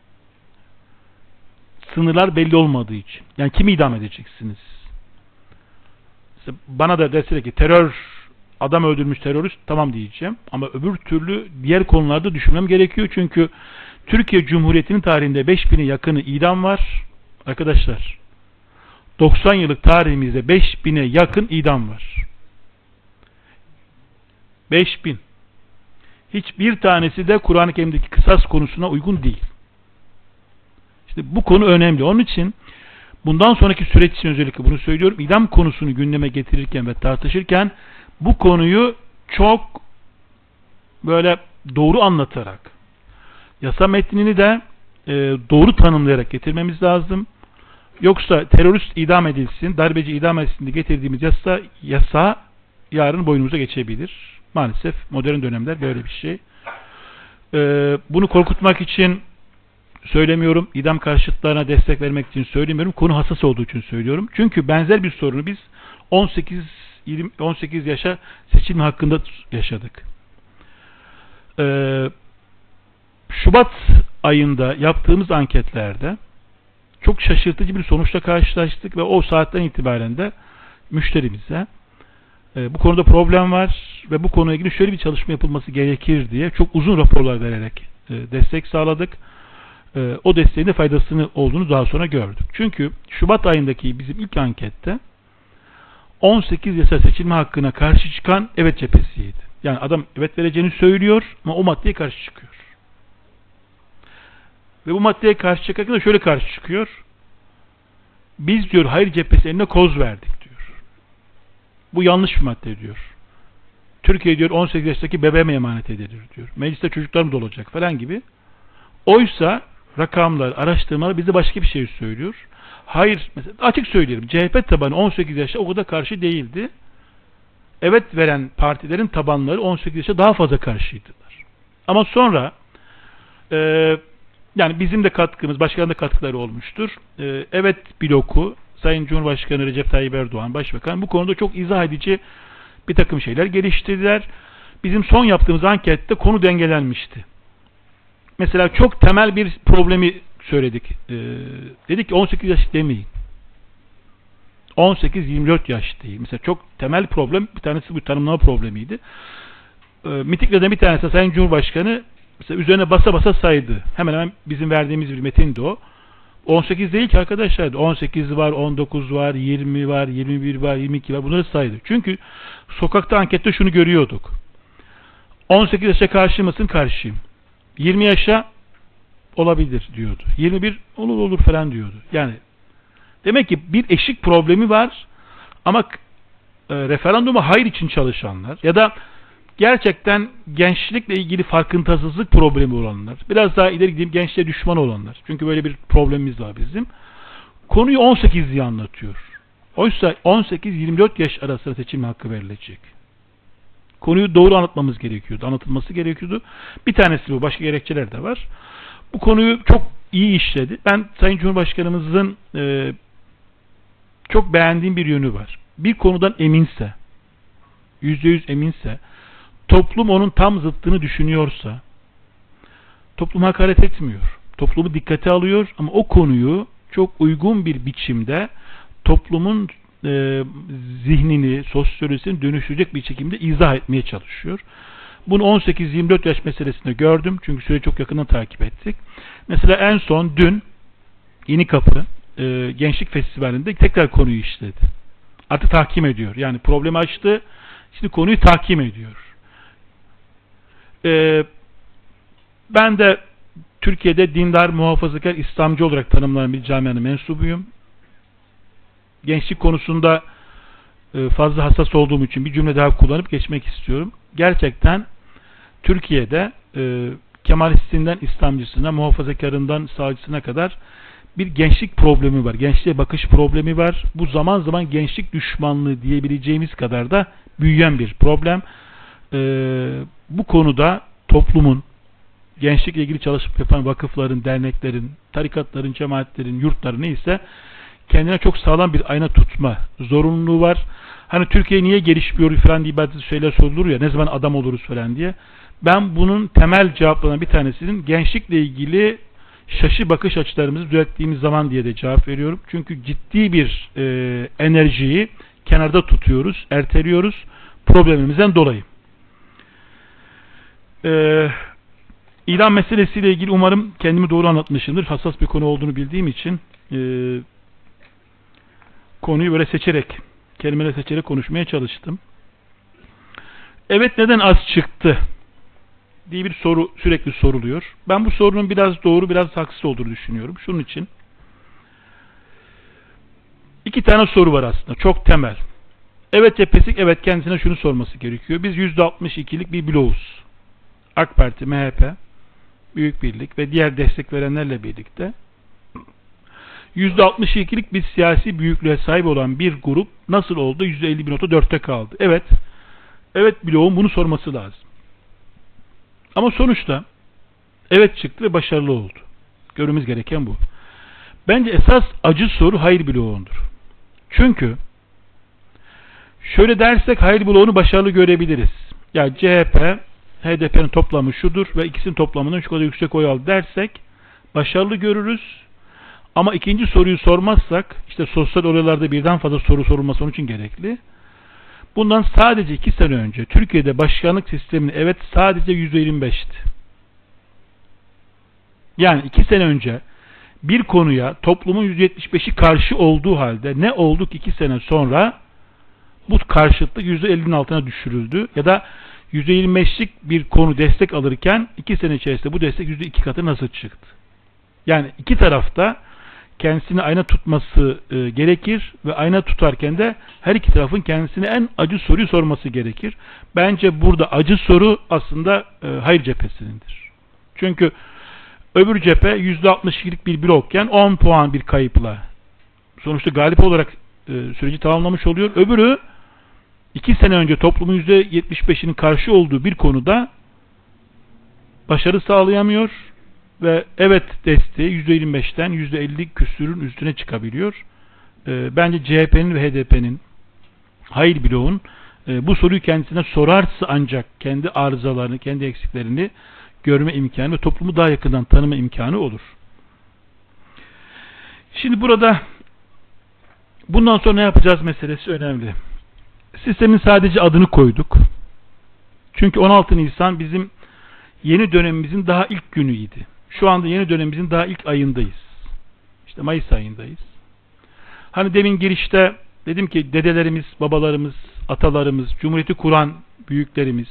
Sınırlar belli olmadığı için. Yani kimi idam edeceksiniz? İşte bana da deseler ki terör, adam öldürmüş terörist, tamam diyeceğim. Ama öbür türlü diğer konularda düşünmem gerekiyor. Çünkü Türkiye Cumhuriyeti'nin tarihinde beş bine yakını idam var. Arkadaşlar, doksan yıllık tarihimizde beş bine yakın idam var. beş bin. Hiçbir tanesi de Kur'an-ı Kerim'deki kısas konusuna uygun değil. İşte bu konu önemli. Onun için bundan sonraki süreç için özellikle bunu söylüyorum. İdam konusunu gündeme getirirken ve tartışırken bu konuyu çok böyle doğru anlatarak, yasa metnini de e, doğru tanımlayarak getirmemiz lazım. Yoksa terörist idam edilsin, darbeci idam edilsin diye getirdiğimiz yasa, yasa yarın boynumuza geçebilir. Maalesef modern dönemler böyle bir şey. E, bunu korkutmak için söylemiyorum. İdam karşıtlarına destek vermek için söylemiyorum. Konu hassas olduğu için söylüyorum. Çünkü benzer bir sorunu biz on sekiz yirmi, on sekiz yaşa seçilme hakkında yaşadık. Ee, Şubat ayında yaptığımız anketlerde çok şaşırtıcı bir sonuçla karşılaştık ve o saatten itibaren de müşterimize e, bu konuda problem var ve bu konuyla ilgili şöyle bir çalışma yapılması gerekir diye çok uzun raporlar vererek e, destek sağladık. E, o desteğin de faydasını olduğunu daha sonra gördük. Çünkü Şubat ayındaki bizim ilk ankette on sekiz yasa seçilme hakkına karşı çıkan evet cephesiydi. Yani adam evet vereceğini söylüyor ama o maddeye karşı çıkıyor. Ve bu maddeye karşı çıkarken de şöyle karşı çıkıyor. Biz diyor hayır cephesi eline koz verdik diyor. Bu yanlış bir madde diyor. Türkiye diyor on sekiz yaştaki bebeğe mi emanet edilir diyor. Mecliste çocuklarımız olacak falan gibi. Oysa rakamlar, araştırmalar bize başka bir şey söylüyor. Hayır, mesela açık söyleyelim. C H P tabanı on sekiz yaşa o kadar karşı değildi. Evet veren partilerin tabanları on sekiz yaşa daha fazla karşıydılar. Ama sonra e, yani bizim de katkımız, başkanın da katkıları olmuştur. E, evet bloku, Sayın Cumhurbaşkanı Recep Tayyip Erdoğan, Başbakan bu konuda çok izah edici bir takım şeyler geliştirdiler. Bizim son yaptığımız ankette konu dengelenmişti. Mesela çok temel bir problemi söyledik. Ee, dedik ki on sekiz yaş demeyin. on sekiz yirmi dört yaş değil. Mesela çok temel problem, bir tanesi bu tanımlama problemiydi. Ee, mitiklerden bir tanesi Sayın Cumhurbaşkanı mesela üzerine basa basa saydı. Hemen hemen bizim verdiğimiz bir metindi o. on sekiz değil ki arkadaşlar. on sekiz var, on dokuz var, yirmi var, yirmi bir var, yirmi iki var. Bunları saydı. Çünkü sokakta ankette şunu görüyorduk. on sekiz yaşa karşı mısın? Karşıyım. yirmi yaşa olabilir diyordu. yirmi bir olur olur falan diyordu. Yani Demek ki bir eşik problemi var ama e, referanduma hayır için çalışanlar ya da gerçekten gençlikle ilgili farkındasızlık problemi olanlar, biraz daha ileri gideyim gençliğe düşman olanlar. Çünkü böyle bir problemimiz var bizim. Konuyu on sekiz diye anlatıyor. Oysa on sekiz yirmi dört yaş arasında seçim hakkı verilecek. Konuyu doğru anlatmamız gerekiyordu, anlatılması gerekiyordu. Bir tanesi bu, başka gerekçeler de var. Bu konuyu çok iyi işledi. Ben Sayın Cumhurbaşkanımızın e, çok beğendiğim bir yönü var. Bir konudan eminse, yüzde yüz eminse, toplum onun tam zıttını düşünüyorsa, toplum hakaret etmiyor. Toplumu dikkate alıyor ama o konuyu çok uygun bir biçimde toplumun e, zihnini, sosyolojisini dönüştürecek bir şekilde izah etmeye çalışıyor. Bunu on sekiz yirmi dört yaş meselesinde gördüm. Çünkü süreci çok yakından takip ettik. Mesela en son dün Yenikapı e, Gençlik Festivali'nde tekrar konuyu işledi. Artık tahkim ediyor. Yani problemi açtı. Şimdi konuyu tahkim ediyor. E, ben de Türkiye'de dindar, muhafazakar, İslamcı olarak tanımlanan bir camianın mensubuyum. Gençlik konusunda e, fazla hassas olduğum için bir cümle daha kullanıp geçmek istiyorum. Gerçekten Türkiye'de e, Kemalistinden İslamcısına, muhafazakarından sağcısına kadar bir gençlik problemi var. Gençliğe bakış problemi var. Bu zaman zaman gençlik düşmanlığı diyebileceğimiz kadar da büyüyen bir problem. E, bu konuda toplumun, gençlikle ilgili çalışıp yapan vakıfların, derneklerin, tarikatların, cemaatlerin, yurtları neyse kendine çok sağlam bir ayna tutma zorunluluğu var. Hani Türkiye niye gelişmiyor falan diye bazı şeyler sorulur ya, ne zaman adam oluruz falan diye. Ben bunun temel cevaplarından bir tanesinin gençlikle ilgili şaşı bakış açılarımızı düzelttiğimiz zaman diye de cevap veriyorum. Çünkü ciddi bir e, enerjiyi kenarda tutuyoruz, erteliyoruz problemimizden dolayı. Eee İlan meselesiyle ilgili umarım kendimi doğru anlatmışımdır. Hassas bir konu olduğunu bildiğim için e, konuyu böyle seçerek, kelimeler seçerek konuşmaya çalıştım. Evet, neden az çıktı diye bir soru sürekli soruluyor. Ben bu sorunun biraz doğru, biraz haksız olduğunu düşünüyorum. Şunun için iki tane soru var aslında, çok temel. Evet cephesi, evet kendisine şunu sorması gerekiyor. Biz yüzde altmış ikilik bir bloğuz. AK Parti, M H P, Büyük Birlik ve diğer destek verenlerle birlikte yüzde altmış ikilik bir siyasi büyüklüğe sahip olan bir grup nasıl oldu? yüzde elli bir nokta dörtte kaldı. Evet, evet bloğun bunu sorması lazım. Ama sonuçta evet çıktı ve başarılı oldu. Görmemiz gereken bu. Bence esas acı soru hayır bloğundur. Çünkü şöyle dersek hayır bloğunu başarılı görebiliriz. Ya C H P, H D P'nin toplamı şudur ve ikisinin toplamının şu kadar yüksek oy aldı dersek başarılı görürüz. Ama ikinci soruyu sormazsak, işte sosyal olaylarda birden fazla soru sorulması onun için gerekli. Bundan sadece iki sene önce Türkiye'de başkanlık sisteminin evet sadece yüzde yirmi beşti. Yani iki sene önce bir konuya toplumun yüzde yetmiş beşi karşı olduğu halde ne oldu ki iki sene sonra bu karşıtlık yüzde ellinin altına düşürüldü ya da yüzde yirmi beşlik bir konu destek alırken iki sene içerisinde bu destek yüzde iki katı nasıl çıktı? Yani iki tarafta kendisini ayna tutması e, gerekir ve ayna tutarken de her iki tarafın kendisine en acı soruyu sorması gerekir. Bence burada acı soru aslında e, hayır cephesindendir. Çünkü öbür cephe yüzde altmış ikilik bir blokken on puan bir kayıpla sonuçta galip olarak e, süreci tamamlamış oluyor. Öbürü iki sene önce toplumun yüzde yetmiş beşinin karşı olduğu bir konuda başarı sağlayamıyor ve evet desteği yüzde yirmi beşten yüzde elli küsürün üstüne çıkabiliyor. E, bence C H P'nin ve H D P'nin, hayır bloğun e, bu soruyu kendisine sorarsa ancak kendi arızalarını, kendi eksiklerini görme imkanı ve toplumu daha yakından tanıma imkanı olur. Şimdi burada bundan sonra ne yapacağız meselesi önemli. Sistemin sadece adını koyduk. Çünkü on altı Nisan bizim yeni dönemimizin daha ilk günüydü. Şu anda yeni dönemimizin daha ilk ayındayız. İşte Mayıs ayındayız. Hani demin girişte dedim ki dedelerimiz, babalarımız, atalarımız, Cumhuriyeti kuran büyüklerimiz,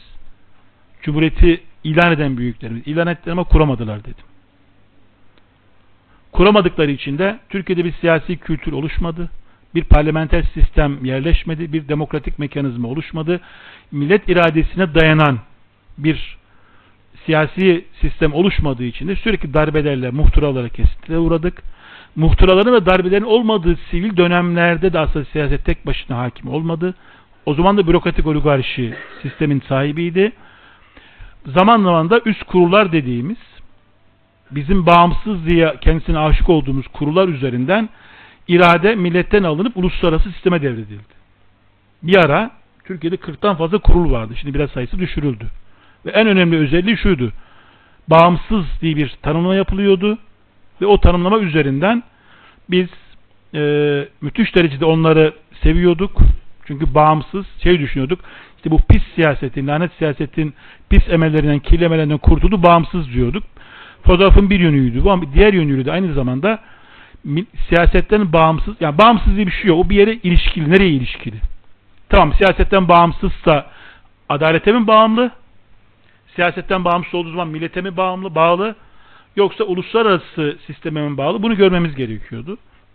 Cumhuriyeti ilan eden büyüklerimiz ilan ettiler ama kuramadılar dedim. kuramadıkları için de Türkiye'de bir siyasi kültür oluşmadı. Bir parlamenter sistem yerleşmedi. Bir demokratik mekanizma oluşmadı. Millet iradesine dayanan bir siyasi sistem oluşmadığı için de sürekli darbelerle, muhtıralara kesintiye uğradık. Muhtıraların ve darbelerin olmadığı sivil dönemlerde de aslında siyaset tek başına hakim olmadı. O zaman da bürokratik oligarşi sistemin sahibiydi. Zaman zaman da üst kurullar dediğimiz, bizim bağımsız diye kendisine aşık olduğumuz kurullar üzerinden irade milletten alınıp uluslararası sisteme devredildi. Bir ara Türkiye'de kırktan fazla kurul vardı. Şimdi biraz sayısı düşürüldü. Ve en önemli özelliği şuydu: bağımsız diye bir tanımlama yapılıyordu ve o tanımlama üzerinden biz e, müthiş derecede onları seviyorduk. Çünkü bağımsız şey düşünüyorduk. İşte bu pis siyasetin, lanet siyasetin pis emellerinden, kirli emellerinden kurtuldu, bağımsız diyorduk. Fotoğrafın bir yönüydü. Bu ama diğer yönüyle de aynı zamanda siyasetten bağımsız, yani bağımsız diye bir şey yok. O bir yere ilişkili. Nereye ilişkili? Tamam, siyasetten bağımsızsa adalete mi bağımlı? Siyasetten bağımsız olduğu zaman millete mi bağımlı, bağlı? Yoksa uluslararası sisteme mi bağlı? Bunu görmemiz gerekiyordu.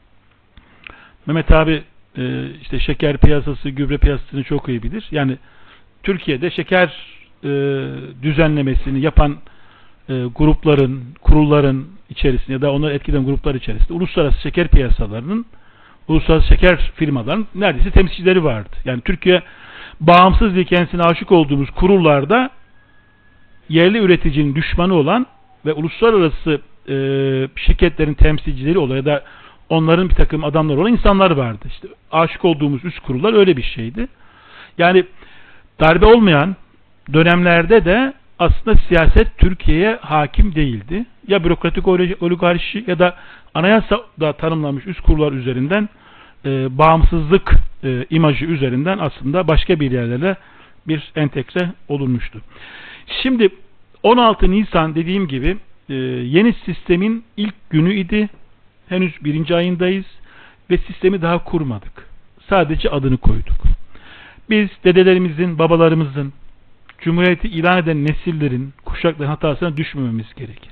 Mehmet abi e, işte şeker piyasası, gübre piyasasını çok iyi bilir. Yani Türkiye'de şeker e, düzenlemesini yapan e, grupların, kurulların içerisinde ya da onları etkileyen gruplar içerisinde uluslararası şeker piyasalarının, uluslararası şeker firmalarının neredeyse temsilcileri vardı. Yani Türkiye bağımsız diye kendisine aşık olduğumuz kurullarda yerli üreticinin düşmanı olan ve uluslararası e, şirketlerin temsilcileri olan ya da onların bir takım adamları olan insanlar vardı. İşte aşık olduğumuz üst kurullar öyle bir şeydi. Yani darbe olmayan dönemlerde de aslında siyaset Türkiye'ye hakim değildi. Ya bürokratik oligarşi ya da anayasada tanımlanmış üst kurullar üzerinden e, bağımsızlık e, imajı üzerinden aslında başka bir yerlere bir entegre olunmuştu. Şimdi on altı Nisan dediğim gibi e, yeni sistemin ilk günü idi. Henüz birinci ayındayız ve sistemi daha kurmadık. Sadece adını koyduk. Biz dedelerimizin, babalarımızın, Cumhuriyeti ilan eden nesillerin, kuşakların hatasına düşmememiz gerekir.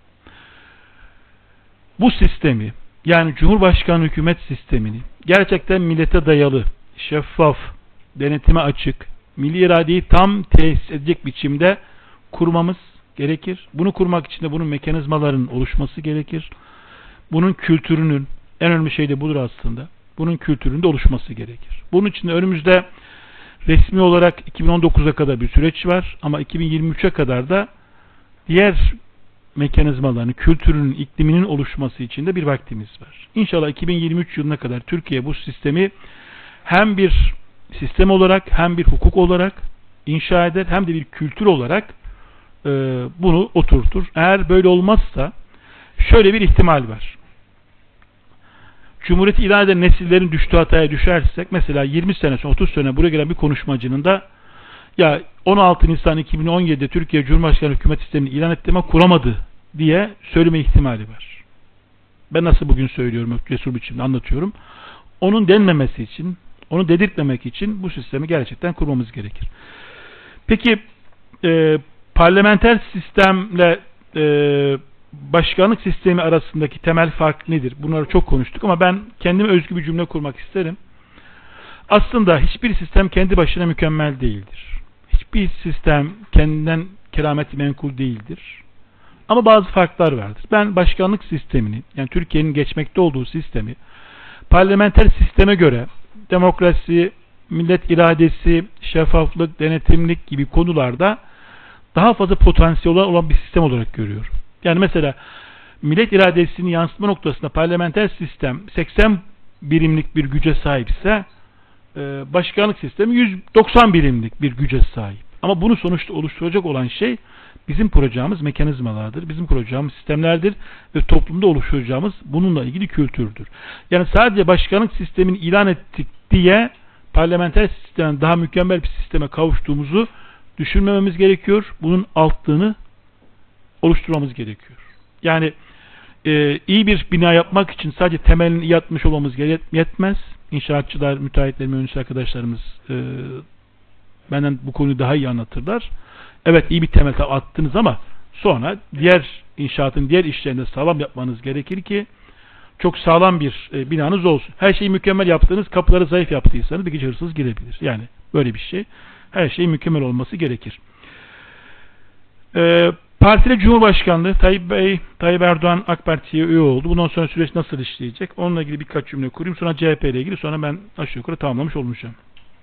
Bu sistemi, yani Cumhurbaşkanı hükümet sistemini gerçekten millete dayalı, şeffaf, denetime açık, milli iradeyi tam tesis edecek biçimde kurmamız gerekir. Bunu kurmak için de bunun mekanizmalarının oluşması gerekir. Bunun kültürünün, en önemli şey de budur aslında, bunun kültürünün de oluşması gerekir. Bunun için de önümüzde resmi olarak iki bin on dokuza kadar bir süreç var ama iki bin yirmi üçe kadar da diğer mekanizmaların, kültürünün, ikliminin oluşması için de bir vaktimiz var. İnşallah iki bin yirmi üç yılına kadar Türkiye bu sistemi hem bir sistem olarak hem bir hukuk olarak inşa eder hem de bir kültür olarak e, bunu oturtur. Eğer böyle olmazsa şöyle bir ihtimal var. Cumhuriyeti ilan eden nesillerin düştüğü hataya düşersek, mesela yirmi sene sonra, otuz sene buraya gelen bir konuşmacının da ya on altı Nisan iki bin on yedi'de Türkiye Cumhurbaşkanı hükümet sistemini ilan etti ama kuramadı diye söyleme ihtimali var. Ben nasıl bugün söylüyorum, cesur biçimde anlatıyorum. Onun denmemesi için, onu dedirtmemek için bu sistemi gerçekten kurmamız gerekir. Peki e, parlamenter sistemle e, başkanlık sistemi arasındaki temel fark nedir? Bunları çok konuştuk ama ben kendime özgü bir cümle kurmak isterim. Aslında hiçbir sistem kendi başına mükemmel değildir. Hiçbir sistem kendinden kerameti menkul değildir. Ama bazı farklar vardır. Ben başkanlık sistemini, yani Türkiye'nin geçmekte olduğu sistemi, parlamenter sisteme göre demokrasi, millet iradesi, şeffaflık, denetimlik gibi konularda daha fazla potansiyel olan bir sistem olarak görüyorum. Yani mesela millet iradesini yansıtma noktasında parlamenter sistem seksen birimlik bir güce sahipse başkanlık sistemi yüz doksan birimlik bir güce sahip. Ama bunu sonuçta oluşturacak olan şey bizim kuracağımız mekanizmalardır, bizim kuracağımız sistemlerdir ve toplumda oluşturacağımız bununla ilgili kültürdür. Yani sadece başkanlık sistemini ilan ettik diye parlamenter sistemden daha mükemmel bir sisteme kavuştuğumuzu düşünmememiz gerekiyor. Bunun altlığını oluşturmamız gerekiyor. Yani e, iyi bir bina yapmak için sadece temelini iyi atmış olmamız yetmez. İnşaatçılar, müteahhitler, mühendis arkadaşlarımız e, benden bu konuyu daha iyi anlatırlar. Evet, iyi bir temel attınız ama sonra diğer inşaatın diğer işlerinde sağlam yapmanız gerekir ki çok sağlam bir e, binanız olsun. Her şeyi mükemmel yaptığınız, kapıları zayıf yaptıysanız bir gece hırsız girebilir. Yani böyle bir şey. Her şey mükemmel olması gerekir. E, Partili Cumhurbaşkanlığı Tayyip Bey, Tayyip Erdoğan AK Parti'ye üye oldu. Bundan sonra süreç nasıl işleyecek? Onunla ilgili birkaç cümle kurayım. Sonra C H P ile ilgili, sonra ben aşağı yukarı tamamlamış olacağım.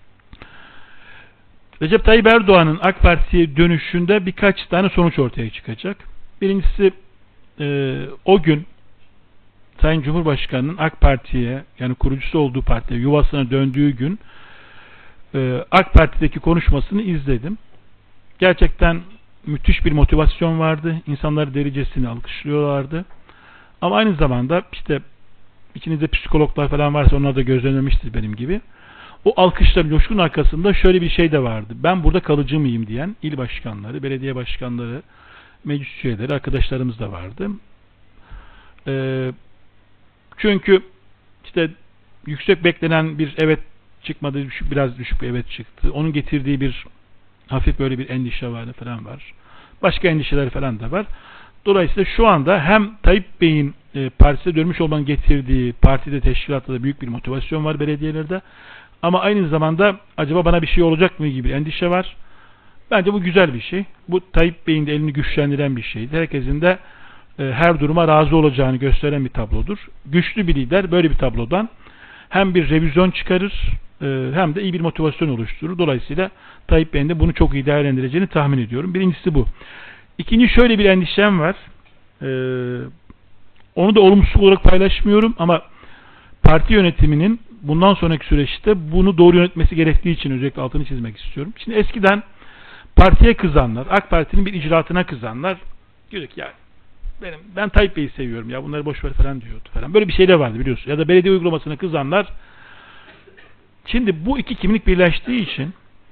Recep Tayyip Erdoğan'ın AK Parti'ye dönüşünde birkaç tane sonuç ortaya çıkacak. Birincisi, e, o gün Sayın Cumhurbaşkanı'nın AK Parti'ye, yani kurucusu olduğu partiye, yuvasına döndüğü gün e, AK Parti'deki konuşmasını izledim. Gerçekten müthiş bir motivasyon vardı. İnsanlar delicesini alkışlıyorlardı. Ama aynı zamanda işte içinizde psikologlar falan varsa onlar da gözlemlemiştir benim gibi. O alkışların, coşkun arkasında şöyle bir şey de vardı. Ben burada kalıcı mıyım diyen il başkanları, belediye başkanları, meclis üyeleri, arkadaşlarımız da vardı. Ee, çünkü işte yüksek beklenen bir evet çıkmadı, düşük, biraz düşük bir evet çıktı. Onun getirdiği bir hafif böyle bir endişe vardı falan var. Başka endişeler falan da var. Dolayısıyla şu anda hem Tayyip Bey'in e, partisine dönmüş olmanın getirdiği, partide, teşkilatta da büyük bir motivasyon var belediyelerde. Ama aynı zamanda acaba bana bir şey olacak mı gibi endişe var. Bence bu güzel bir şey. Bu Tayyip Bey'in de elini güçlendiren bir şeydi. Herkesin de e, her duruma razı olacağını gösteren bir tablodur. Güçlü bir lider böyle bir tablodan hem bir revizyon çıkarır e, hem de iyi bir motivasyon oluşturur. Dolayısıyla Tayyip Bey'in de bunu çok iyi değerlendireceğini tahmin ediyorum. Birincisi bu. İkinci, şöyle bir endişem var. E, onu da olumsuz olarak paylaşmıyorum ama parti yönetiminin bundan sonraki süreçte bunu doğru yönetmesi gerektiği için özellikle altını çizmek istiyorum. Şimdi eskiden partiye kızanlar, AK Parti'nin bir icraatına kızanlar diyordu ki ya benim, ben Tayyip Bey'i seviyorum ya bunları boş ver falan diyordu falan. Böyle bir şey de vardı biliyorsun. Ya da belediye uygulamasına kızanlar. Şimdi bu iki kimlik birleştiği için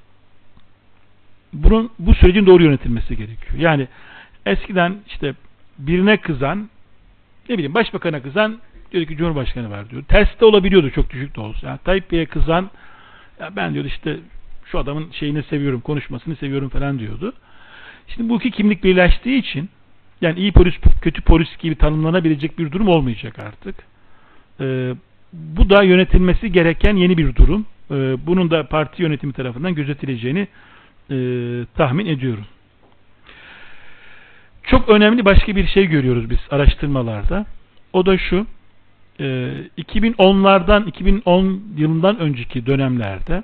bunun, bu sürecin doğru yönetilmesi gerekiyor. Yani eskiden işte birine kızan, ne bileyim başbakana kızan diyordu ki Cumhurbaşkanı var diyor. Tersi de olabiliyordu çok düşük de olsa. Yani Tayyip Bey'e kızan ya ben diyordu işte şu adamın şeyini seviyorum, konuşmasını seviyorum falan diyordu. Şimdi bu iki kimlik birleştiği için yani iyi polis, kötü polis gibi tanımlanabilecek bir durum olmayacak artık. Ee, bu da yönetilmesi gereken yeni bir durum. Ee, bunun da parti yönetimi tarafından gözetileceğini e, tahmin ediyorum. Çok önemli başka bir şey görüyoruz biz araştırmalarda. O da şu. E, iki bin onlardan iki bin on yılından önceki dönemlerde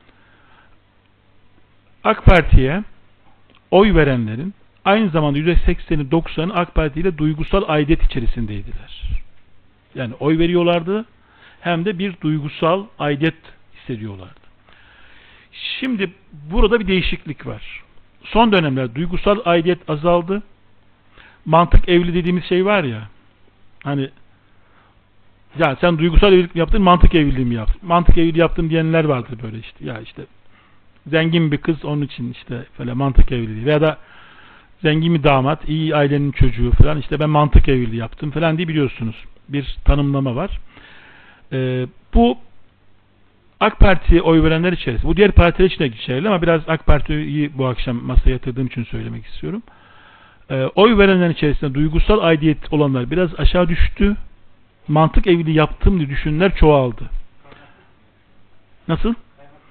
AK Parti'ye oy verenlerin aynı zamanda yüzde sekseni doksanı AK Parti ile duygusal aidiyet içerisindeydiler. Yani oy veriyorlardı hem de bir duygusal aidiyet hissediyorlardı. Şimdi burada bir değişiklik var. Son dönemlerde duygusal aidiyet azaldı. Mantık evli dediğimiz şey var ya, hani ya sen duygusal evlilik mi yaptın, mantık evliliği mi yaptın? Mantık evliliği yaptım diyenler vardır böyle işte. Ya işte zengin bir kız onun için işte böyle mantık evliliği veya da zengin bir damat, iyi ailenin çocuğu falan işte ben mantık evliliği yaptım falan diye biliyorsunuz. Bir tanımlama var. Ee, bu AK Parti'ye oy verenler içerisinde, bu diğer partiler için de geçerli ama biraz AK Parti'yi bu akşam masaya yatırdığım için söylemek istiyorum. Ee, oy verenler içerisinde duygusal aidiyet olanlar biraz aşağı düştü. Mantık evliliği yaptım diye düşünenler çoğaldı. Nasıl?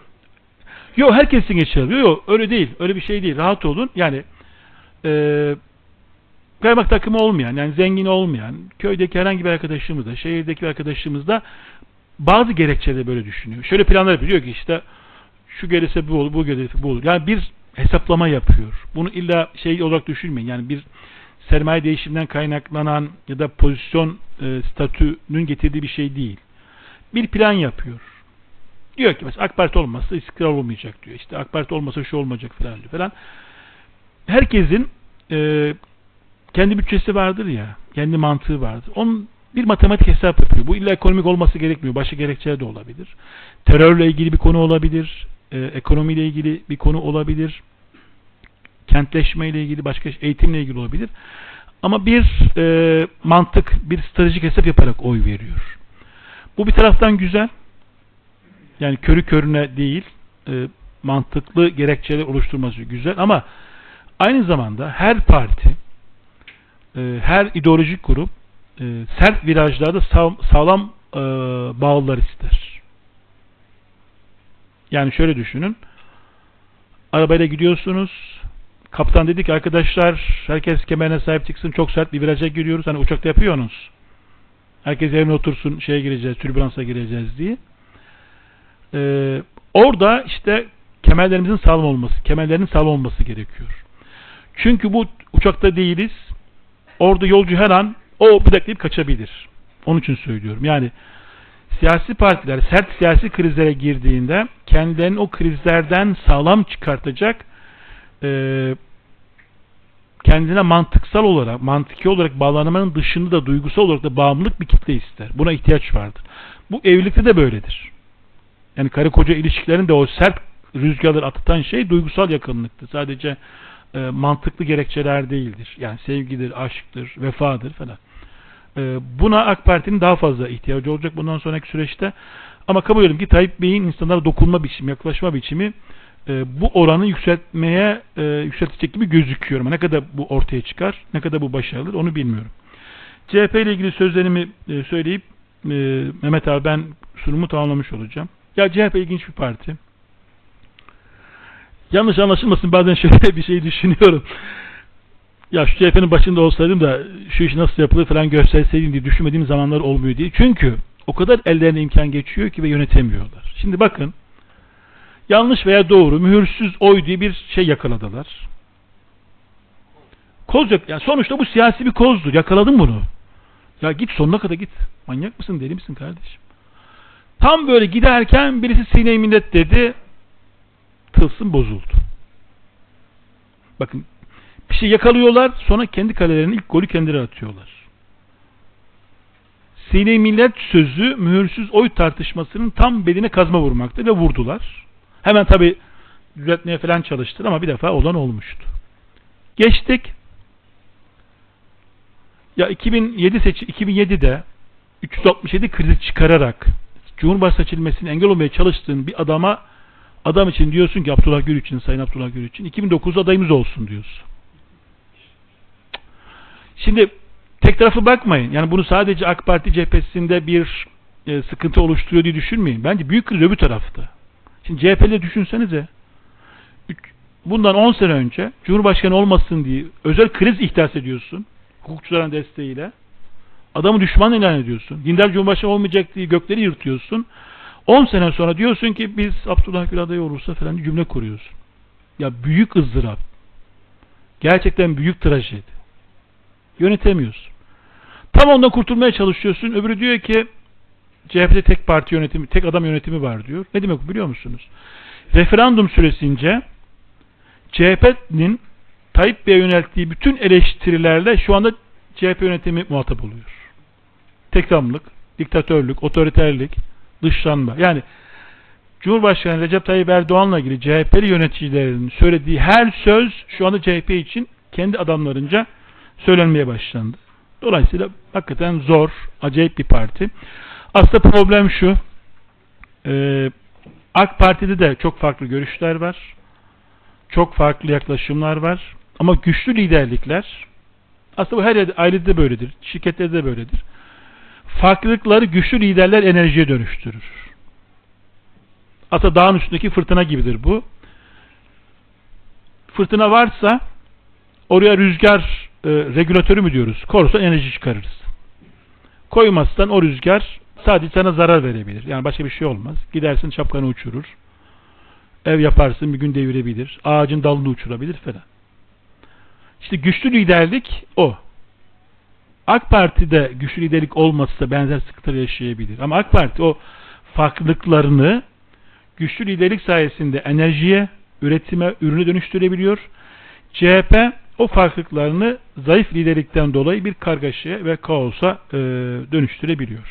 Yok herkesin geçerli. Yok yok öyle değil. Öyle bir şey değil. Rahat olun. Yani e, kaymak takımı olmayan, yani zengin olmayan, köydeki herhangi bir arkadaşımız da, şehirdeki bir arkadaşımız da bazı gerekçeleri böyle düşünüyor. Şöyle planlar yapıyor. Diyor ki işte şu gelirse bu olur, bu gelirse bu olur. Yani bir hesaplama yapıyor. Bunu illa şey olarak düşünmeyin. Yani bir sermaye değişiminden kaynaklanan ya da pozisyon e, statünün getirdiği bir şey değil. Bir plan yapıyor. Diyor ki mesela AK Parti olmazsa istikrar olmayacak diyor. İşte AK Parti olmasa şu olmayacak falan diyor falan. Herkesin e, kendi bütçesi vardır ya, kendi mantığı vardır. Onun bir matematik hesap yapıyor. Bu illa ekonomik olması gerekmiyor. Başka gerekçeler de olabilir. Terörle ilgili bir konu olabilir. E, ekonomiyle ilgili bir konu olabilir. Kentleşmeyle ilgili, başka eğitimle ilgili olabilir. Ama bir e, mantık, bir stratejik hesap yaparak oy veriyor. Bu bir taraftan güzel. Yani körü körüne değil, e, mantıklı gerekçeler oluşturması güzel ama aynı zamanda her parti, e, her ideolojik grup e, sert virajlarda sağ, sağlam e, bağlılar ister. Yani şöyle düşünün. Arabayla gidiyorsunuz. Kaptan dedi ki arkadaşlar herkes kemerine sahip çıksın. Çok sert bir viraja giriyoruz. Hani uçakta yapıyorsunuz. Herkes yerine otursun. Şeye gireceğiz. Türbülansa gireceğiz diye. Ee, orada işte kemerlerimizin sağlam olması, kemerlerin sağlam olması gerekiyor. Çünkü bu uçakta değiliz. Orada yolcu her an o bıraklayıp kaçabilir. Onun için söylüyorum. Yani siyasi partiler sert siyasi krizlere girdiğinde kendilerini o krizlerden sağlam çıkartacak e, kendine mantıksal olarak, mantıki olarak bağlanmanın dışında da duygusal olarak da bağımlılık bir kitle ister. Buna ihtiyaç vardır. Bu evlilikte de böyledir. Yani karı koca ilişkilerinde o sert rüzgarları atatan şey duygusal yakınlıktır. Sadece e, mantıklı gerekçeler değildir. Yani sevgidir, aşktır, vefadır falan. E, buna AK Parti'nin daha fazla ihtiyacı olacak bundan sonraki süreçte. Ama kabul edelim ki Tayyip Bey'in insanlara dokunma biçimi, yaklaşma biçimi e, bu oranı yükseltmeye e, yükseltecek gibi gözüküyor. Ama ne kadar bu ortaya çıkar, ne kadar bu başarılır onu bilmiyorum. C H P ile ilgili sözlerimi e, söyleyip e, Mehmet abi ben sunumu tamamlamış olacağım. Ya C H P ilginç bir parti. Yanlış anlaşılmasın bazen şöyle bir şey düşünüyorum. Ya şu C H P'nin başında olsaydım da şu iş nasıl yapılır falan gösterseydim diye düşünmediğim zamanlar olmuyor diye. Çünkü o kadar ellerine imkan geçiyor ki ve yönetemiyorlar. Şimdi bakın yanlış veya doğru mühürsüz oy diye bir şey yakaladılar. Koz yok. Yani sonuçta bu siyasi bir kozdur. Yakaladın bunu. Ya git sonuna kadar git. Manyak mısın deli misin kardeşim? Tam böyle giderken birisi sine-i millet dedi. Tılsım bozuldu. Bakın bir şey yakalıyorlar sonra kendi kalelerinin ilk golü kendileri atıyorlar. Sine-i millet sözü mühürsüz oy tartışmasının tam beline kazma vurmaktı ve vurdular. Hemen tabi düzeltmeye falan çalıştılar ama bir defa olan olmuştu. Geçtik. Ya iki bin yedi seçi iki bin yedide üç yüz altmış yedi krizi çıkararak Cumhurbaşkanı seçilmesini engel olmaya çalıştığın bir adama adam için diyorsun ki Abdullah Gül için, Sayın Abdullah Gül için iki bin dokuzda adayımız olsun diyorsun. Şimdi tek tarafı bakmayın. Yani bunu sadece AK Parti cephesinde bir e, sıkıntı oluşturuyor diye düşünmeyin. Bence büyük kriz öbür tarafta. Şimdi C H P'li düşünsenize. Bundan on sene önce Cumhurbaşkanı olmasın diye özel kriz ihdas ediyorsun. Hukukçuların desteğiyle. Adamı düşman ilan ediyorsun. Dindar Cumhurbaşkanı olmayacak diye gökleri yırtıyorsun. on sene sonra diyorsun ki biz Abdullah Gül adayı olursa falan bir cümle kuruyorsun. Ya büyük ızdırap. Gerçekten büyük trajedi. Yönetemiyorsun. Tam ondan kurtulmaya çalışıyorsun. Öbürü diyor ki C H P'de tek parti yönetimi, tek adam yönetimi var diyor. Ne demek bu biliyor musunuz? Referandum süresince C H P'nin Tayyip Bey'e yönelttiği bütün eleştirilerle şu anda C H P yönetimi muhatap oluyor. Tekramlık, diktatörlük, otoriterlik, dışlanma. Yani Cumhurbaşkanı Recep Tayyip Erdoğan'la ilgili C H P'li yöneticilerin söylediği her söz şu anda C H P için kendi adamlarınca söylenmeye başlandı. Dolayısıyla hakikaten zor, acayip bir parti. Aslında problem şu, e, AK Parti'de de çok farklı görüşler var. Çok farklı yaklaşımlar var. Ama güçlü liderlikler, aslında bu her yerde, ailede de böyledir, şirketlerde de böyledir. Farklılıkları güçlü liderler enerjiye dönüştürür. Aslında dağın üstündeki fırtına gibidir bu. Fırtına varsa oraya rüzgar e, regülatörü mü diyoruz? Korsan enerji çıkarırız. Koymazsan o rüzgar sadece sana zarar verebilir. Yani başka bir şey olmaz. Gidersin şapkanı uçurur. Ev yaparsın bir gün devirebilir. Ağacın dalını uçurabilir falan. İşte güçlü liderlik o. AK Parti'de güçlü liderlik olmazsa benzer sıkıntılar yaşayabilir. Ama AK Parti o farklılıklarını güçlü liderlik sayesinde enerjiye, üretime, ürüne dönüştürebiliyor. C H P o farklılıklarını zayıf liderlikten dolayı bir kargaşaya ve kaosa e, dönüştürebiliyor.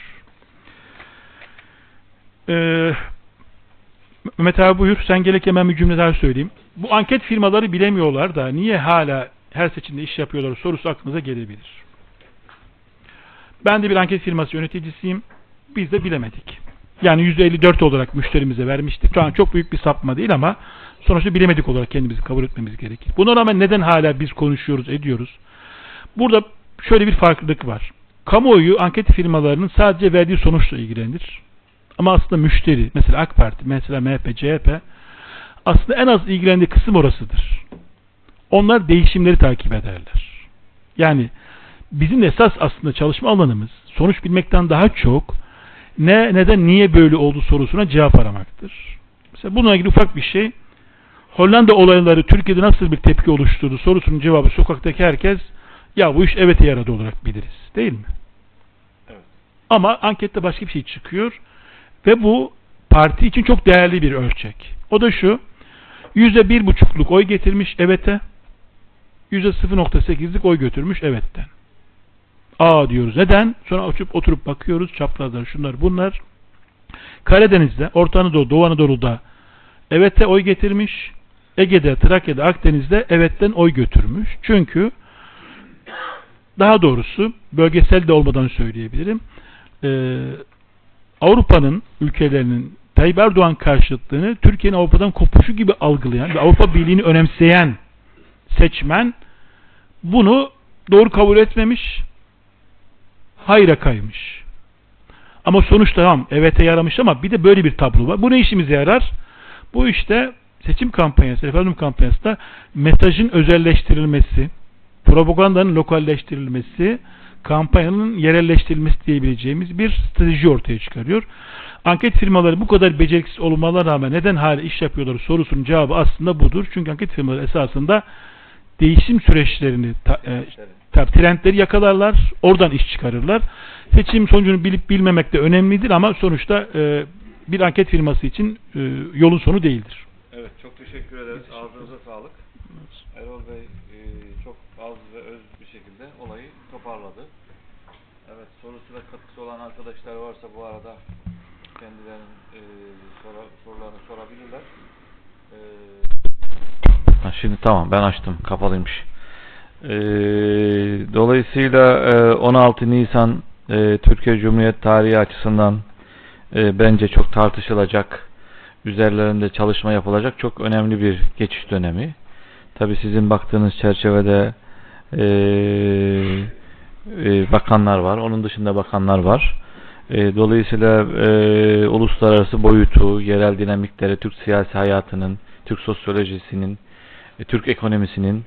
E, Mehmet abi buyur. Sen gerek hemen bir cümle daha söyleyeyim. Bu anket firmaları bilemiyorlar da niye hala her seçimde iş yapıyorlar sorusu aklınıza gelebilir. Ben de bir anket firması yöneticisiyim. Biz de bilemedik. Yani yüzde elli dört olarak müşterimize vermiştik. Şu an çok büyük bir sapma değil ama sonuçta bilemedik olarak kendimizi kabul etmemiz gerekir. Buna rağmen neden hala biz konuşuyoruz, ediyoruz? Burada şöyle bir farklılık var. kamuoyu anket firmalarının sadece verdiği sonuçla ilgilenir. Ama aslında müşteri, mesela AK Parti, mesela M H P, C H P aslında en az ilgilendiği kısım orasıdır. Onlar değişimleri takip ederler. Yani bizim esas aslında çalışma alanımız sonuç bilmekten daha çok ne, neden, niye böyle oldu sorusuna cevap aramaktır. Mesela bununla ilgili ufak bir şey. Hollanda olayları Türkiye'de nasıl bir tepki oluşturdu sorusunun cevabı sokaktaki herkes ya bu iş evete yaradı olarak biliriz. Değil mi? Evet. Ama ankette başka bir şey çıkıyor ve bu parti için çok değerli bir ölçek. O da şu: yüzde bir buçukluk oy getirmiş evete, yüzde sıfır nokta sekizlik oy götürmüş evetten. Aa diyoruz. Neden? Sonra açıp oturup bakıyoruz. Çaprazlar, şunlar, bunlar. Karadeniz'de, Orta Anadolu, Doğu Anadolu'da evete oy getirmiş. Ege'de, Trakya'da, Akdeniz'de evetten oy götürmüş. Çünkü daha doğrusu bölgesel de olmadan söyleyebilirim. Ee, Avrupa'nın ülkelerinin Tayyip Erdoğan karşıtlığını Türkiye'nin Avrupa'dan kopuşu gibi algılayan ve Avrupa Birliği'ni önemseyen seçmen bunu doğru kabul etmemiş, hayra kaymış. Ama sonuçta tamam evete yaramış ama bir de böyle bir tablo var. Bu ne işimize yarar? Bu işte seçim kampanyası, referandum kampanyasında mesajın özelleştirilmesi, propagandanın lokalleştirilmesi, kampanyanın yerelleştirilmesi diyebileceğimiz bir strateji ortaya çıkarıyor. Anket firmaları bu kadar beceriksiz olmalarına rağmen neden hala iş yapıyorlar sorusunun cevabı aslında budur. Çünkü anket firmaları esasında değişim süreçlerini, ta, e, tabii, trendleri yakalarlar, oradan iş çıkarırlar. Seçim sonucunu bilip bilmemek de önemlidir ama sonuçta e, bir anket firması için e, yolun sonu değildir. Evet, çok teşekkür ederiz. Ağzınıza sağlık. Erol Bey e, çok az ve öz bir şekilde olayı toparladı. Evet, sorusuna katkısı olan arkadaşlar varsa bu arada kendilerinin e, soru, sorularını sorabilirler. E, ha, şimdi tamam, ben açtım. Kapalıymış. E, dolayısıyla e, on altı Nisan e, Türkiye Cumhuriyet tarihi açısından e, bence çok tartışılacak, üzerlerinde çalışma yapılacak çok önemli bir geçiş dönemi. Tabii sizin baktığınız çerçevede e, e, bakanlar var, onun dışında bakanlar var. E, dolayısıyla e, uluslararası boyutu, yerel dinamikleri, Türk siyasi hayatının, Türk sosyolojisinin, e, Türk ekonomisinin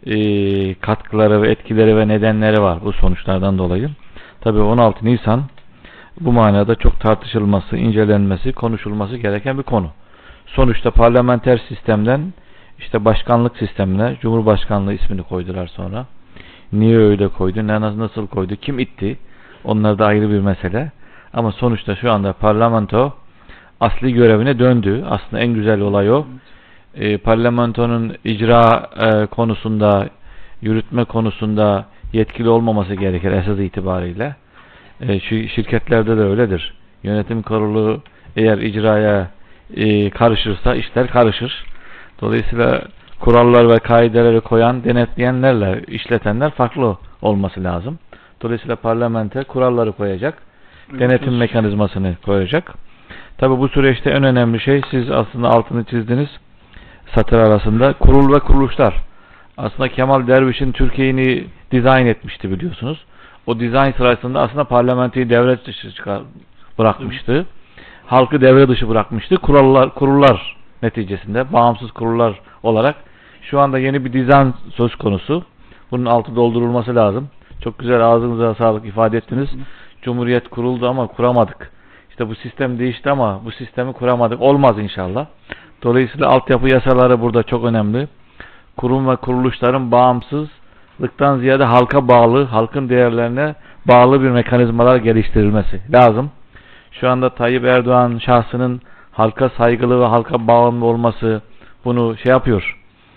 e, katkıları ve etkileri ve nedenleri var bu sonuçlardan dolayı. Tabii on altı Nisan bu manada çok tartışılması, incelenmesi, konuşulması gereken bir konu. Sonuçta parlamenter sistemden işte başkanlık sistemine, Cumhurbaşkanlığı ismini koydular sonra. Niye öyle koydu, ne nasıl koydu, kim itti? Onlar da ayrı bir mesele. Ama sonuçta şu anda parlamento asli görevine döndü. Aslında en güzel olay o. E, parlamentonun icra e, konusunda, yürütme konusunda yetkili olmaması gerekir esas itibariyle. E, şirketlerde de öyledir. Yönetim kurulu eğer icraya e, karışırsa işler karışır. Dolayısıyla kurallar ve kaideleri koyan, denetleyenlerle işletenler farklı olması lazım. Dolayısıyla parlamenter kuralları koyacak, denetim mekanizmasını koyacak. Tabi bu süreçte en önemli şey, siz aslında altını çizdiniz satır arasında, kurul ve kuruluşlar. Aslında Kemal Derviş'in Türkiye'yi dizayn etmişti biliyorsunuz. O dizayn sırasında aslında parlamentoyu devre dışı çıkar, bırakmıştı. Halkı devre dışı bırakmıştı. Kurallar, kurullar neticesinde bağımsız kurullar olarak şu anda yeni bir dizayn söz konusu. Bunun altı doldurulması lazım. Çok güzel, ağzınıza sağlık ifade ettiniz. Cumhuriyet kuruldu ama kuramadık. İşte bu sistem değişti ama bu sistemi kuramadık. Olmaz inşallah. Dolayısıyla altyapı yasaları burada çok önemli. Kurum ve kuruluşların bağımsızlıktan ziyade halka bağlı, halkın değerlerine bağlı bir mekanizmalar geliştirilmesi lazım. Şu anda Tayyip Erdoğan şahsının halka saygılı ve halka bağımlı olması bunu şey yapıyor.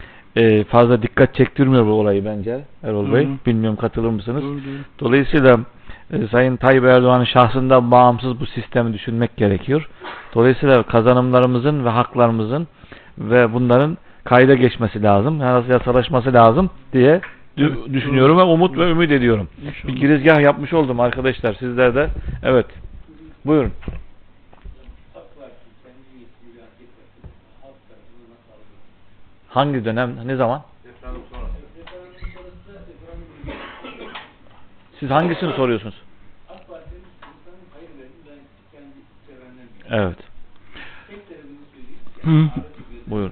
E, fazla dikkat çektirmiyor bu olayı bence Erol Bey. Hı hı. Bilmiyorum, katılır mısınız? Hı hı. Dolayısıyla e, Sayın Tayyip Erdoğan'ın şahsından bağımsız bu sistemi düşünmek gerekiyor. Dolayısıyla kazanımlarımızın ve haklarımızın ve bunların kayda geçmesi lazım. Yani yasalaşması lazım diye evet, düşünüyorum evet. ve umut ve ümit ediyorum. İnşallah. Bir girizgah yapmış oldum arkadaşlar. Sizler de. Evet. Buyurun. Hangi dönem? Ne zaman? Siz hangisini soruyorsunuz? Evet. Tek tarafını söyleyeyim. Hı. Buyurun.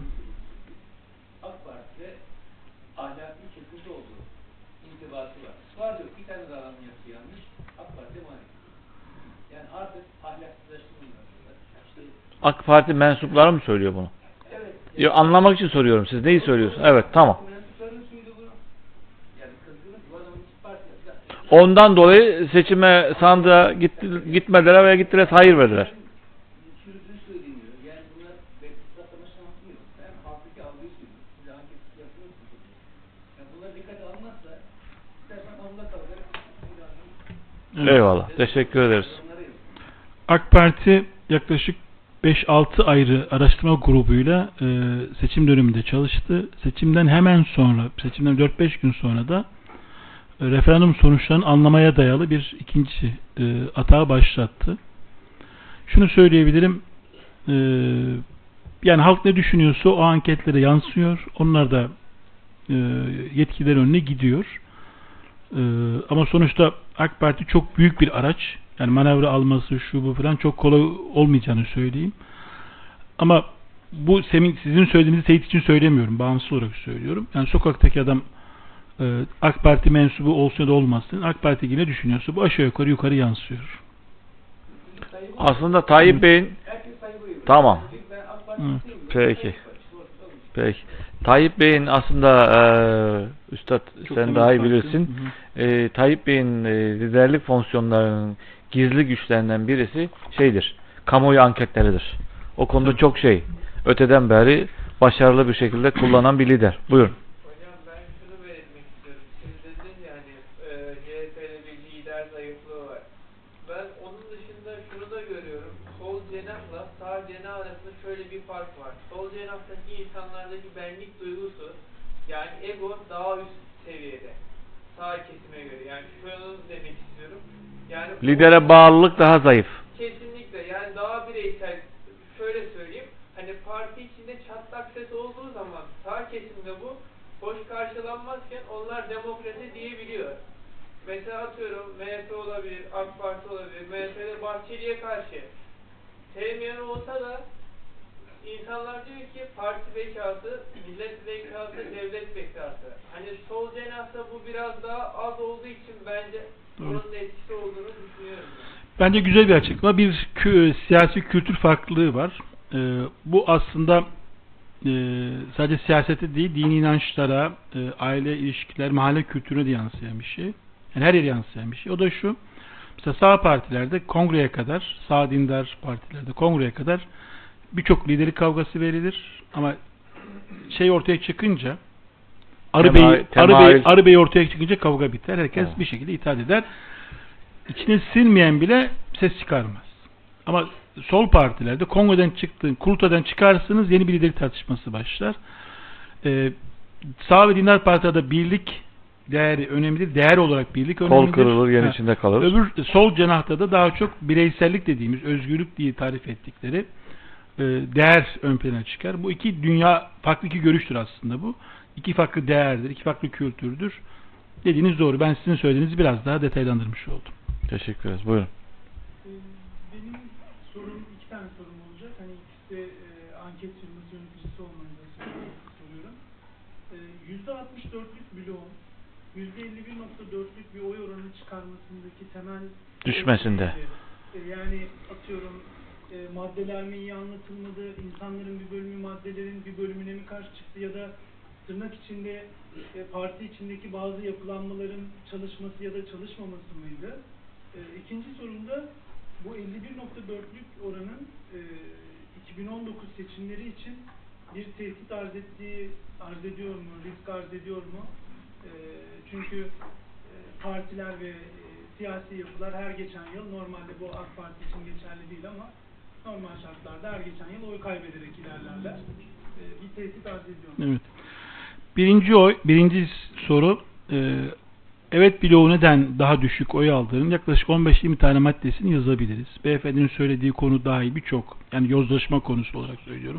AK Parti'de ahlaki çöküntü olduğu intibası var. Var yok bir tane daha adam yaptı yanlış. AK Parti'de mani. Yani artık ahlaksızlaştırmıyorlar. İşte AK Parti mensupları mı söylüyor bunu? evet. Ya, anlamak için soruyorum. Siz neyi söylüyorsunuz? Evet, tamam. Mensuplarının söylediği bunu. Yani kızgınız bu adamın hiç parti yapacak. Ondan dolayı seçime sandığa gitti, gitmediler veya gittiler hayır verdiler. Çürüdüğü söyleniyor. Yani bunlar bekleme şansı yok. Ben halktaki algıyı söylüyorum. Size anket yapıyorsunuz. Yani bunlar dikkate almazsa istersen onda kalarak Evet. Eyvallah. Teşekkür ederiz. AK Parti yaklaşık beş altı ayrı araştırma grubuyla e, seçim döneminde çalıştı. Seçimden hemen sonra, seçimden dört beş gün sonra da e, referandum sonuçlarını anlamaya dayalı bir ikinci e, atağı başlattı. Şunu söyleyebilirim, e, yani halk ne düşünüyorsa o anketlere yansıyor. Onlar da e, yetkililer önüne gidiyor. E, ama sonuçta AK Parti çok büyük bir araç. Yani manevra alması şu bu falan çok kolay olmayacağını söyleyeyim. Ama bu senin, sizin söylediğinizi teyit için söylemiyorum. Bağımsız olarak söylüyorum. Yani sokaktaki adam e, AK Parti mensubu olsun ya da olmasın. AK Parti gibi ne düşünüyorsa bu aşağı yukarı yukarı yansıyor. Aslında Tayyip Bey'in tamam. Hı. Peki. Peki. Tayyip Bey'in aslında e, Üstad Çok sen temel daha iyi farkı. bilirsin. Hı hı. E, Tayyip Bey'in e, liderlik fonksiyonlarının gizli güçlerinden birisi şeydir. Kamuoyu anketleridir. O konuda Tabii. çok şey. Öteden beri başarılı bir şekilde kullanan bir lider. Buyurun. Hocam ben şunu belirtmek istiyorum. Siz dediniz yani e, C H P'de bir lider zayıflığı var. Ben onun dışında şunu da görüyorum. Sol cenahla sağ cenah arasında şöyle bir fark var. Sol cenahtaki insanlardaki benlik duygusu yani ego daha üst seviyede. Sağ kesime göre. Yani şunu demek istiyorum. Yani Lidere bağlılık daha zayıf. kesinlikle yani daha bireysel. Şöyle söyleyeyim. Hani parti içinde çatlak ses olduğu zaman sağ kesimde bu hoş karşılanmazken onlar demokrasi diyebiliyor. Mesela atıyorum M H P olabilir, AK Parti olabilir, M H P'de Bahçeli'ye karşı sevmeyen olsa da insanlar diyor ki parti bekası, millet bekası, devlet bekası. Hani sol cenahta bu biraz daha az olduğu için bence Doğru. bunun da etkisi olduğunu düşünüyorum. Bence güzel bir açıklama. Bir kü- siyasi kültür farklılığı var. Ee, bu aslında e, sadece siyasete değil, dini inançlara, e, aile ilişkiler, mahalle kültürüne de yansıyan bir şey. Yani her yere yansıyan bir şey. O da şu. Mesela sağ partilerde kongreye kadar, sağ dindar partilerde kongreye kadar birçok liderlik kavgası verilir. Ama şey ortaya çıkınca Arı Bey, Tema- Arı Bey, temayül- Arı Bey ortaya çıkınca kavga biter. Herkes Tamam. bir şekilde itaat eder. İçine sinmeyen bile ses çıkarmaz. Ama sol partilerde kongreden çıktığın, kurultadan çıkarsınız yeni bir liderlik tartışması başlar. Ee, sağ ve dindar partilerde birlik değeri önemlidir. Değer olarak birlik Kol önemlidir. kırılır, yen Ha. içinde kalır. Öbür sol cenahta da daha çok bireysellik dediğimiz özgürlük diye tarif ettikleri e, değer ön plana çıkar. Bu iki dünya farklı iki görüştür aslında bu. İki farklı değerdir, iki farklı kültürdür. Dediğiniz doğru. Ben sizin söylediğinizi biraz daha detaylandırmış oldum. Teşekkür ederiz. Buyurun. Ee, Benim sorum, iki tane sorum olacak. Hani ikisi de e, anket firması yöneticisi olmanızı soruyorum. E, yüzde altmış dörtlük bloğun yüzde elli bir nokta dörtlük bir oy oranı çıkarmasındaki temel Düşmesinde. e, yani atıyorum e, maddeler mi iyi anlatılmadı, insanların bir bölümü maddelerin bir bölümüne mi karşı çıktı ya da tırnak içinde e, parti içindeki bazı yapılanmaların çalışması ya da çalışmaması mıydı? E, ikinci sorumda bu elli bir nokta dörtlük oranın e, iki bin on dokuz seçimleri için bir tehdit arz ettiği arz ediyor mu, risk arz ediyor mu? E, çünkü e, partiler ve e, siyasi yapılar her geçen yıl, normalde bu AK Parti için geçerli değil ama normal şartlarda her geçen yıl oy kaybederek ilerlerler. E, bir tehdit arz ediyor mu? Evet. Birinci oy, birinci soru e, evet bloğu neden daha düşük oy aldığının yaklaşık on beş yirmi tane maddesini yazabiliriz. Beyefendinin söylediği konu dahil birçok, yani yozlaşma konusu olarak söylüyorum.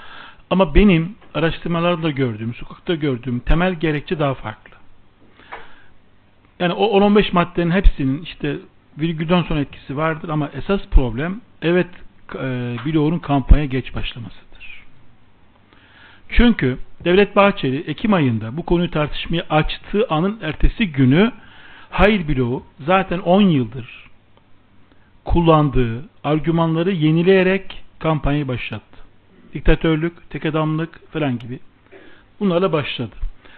Ama benim araştırmalarda gördüğüm, sokakta gördüğüm temel gerekçe daha farklı. Yani o on on beş maddenin hepsinin işte virgülden sonra etkisi vardır ama esas problem evet e, bloğunun kampanya geç başlamasıdır. Çünkü Devlet Bahçeli Ekim ayında bu konuyu tartışmaya açtığı anın ertesi günü hayır bloğu zaten on yıldır kullandığı argümanları yenileyerek kampanyayı başlattı. Diktatörlük, tek adamlık falan gibi. Bunlarla başladı.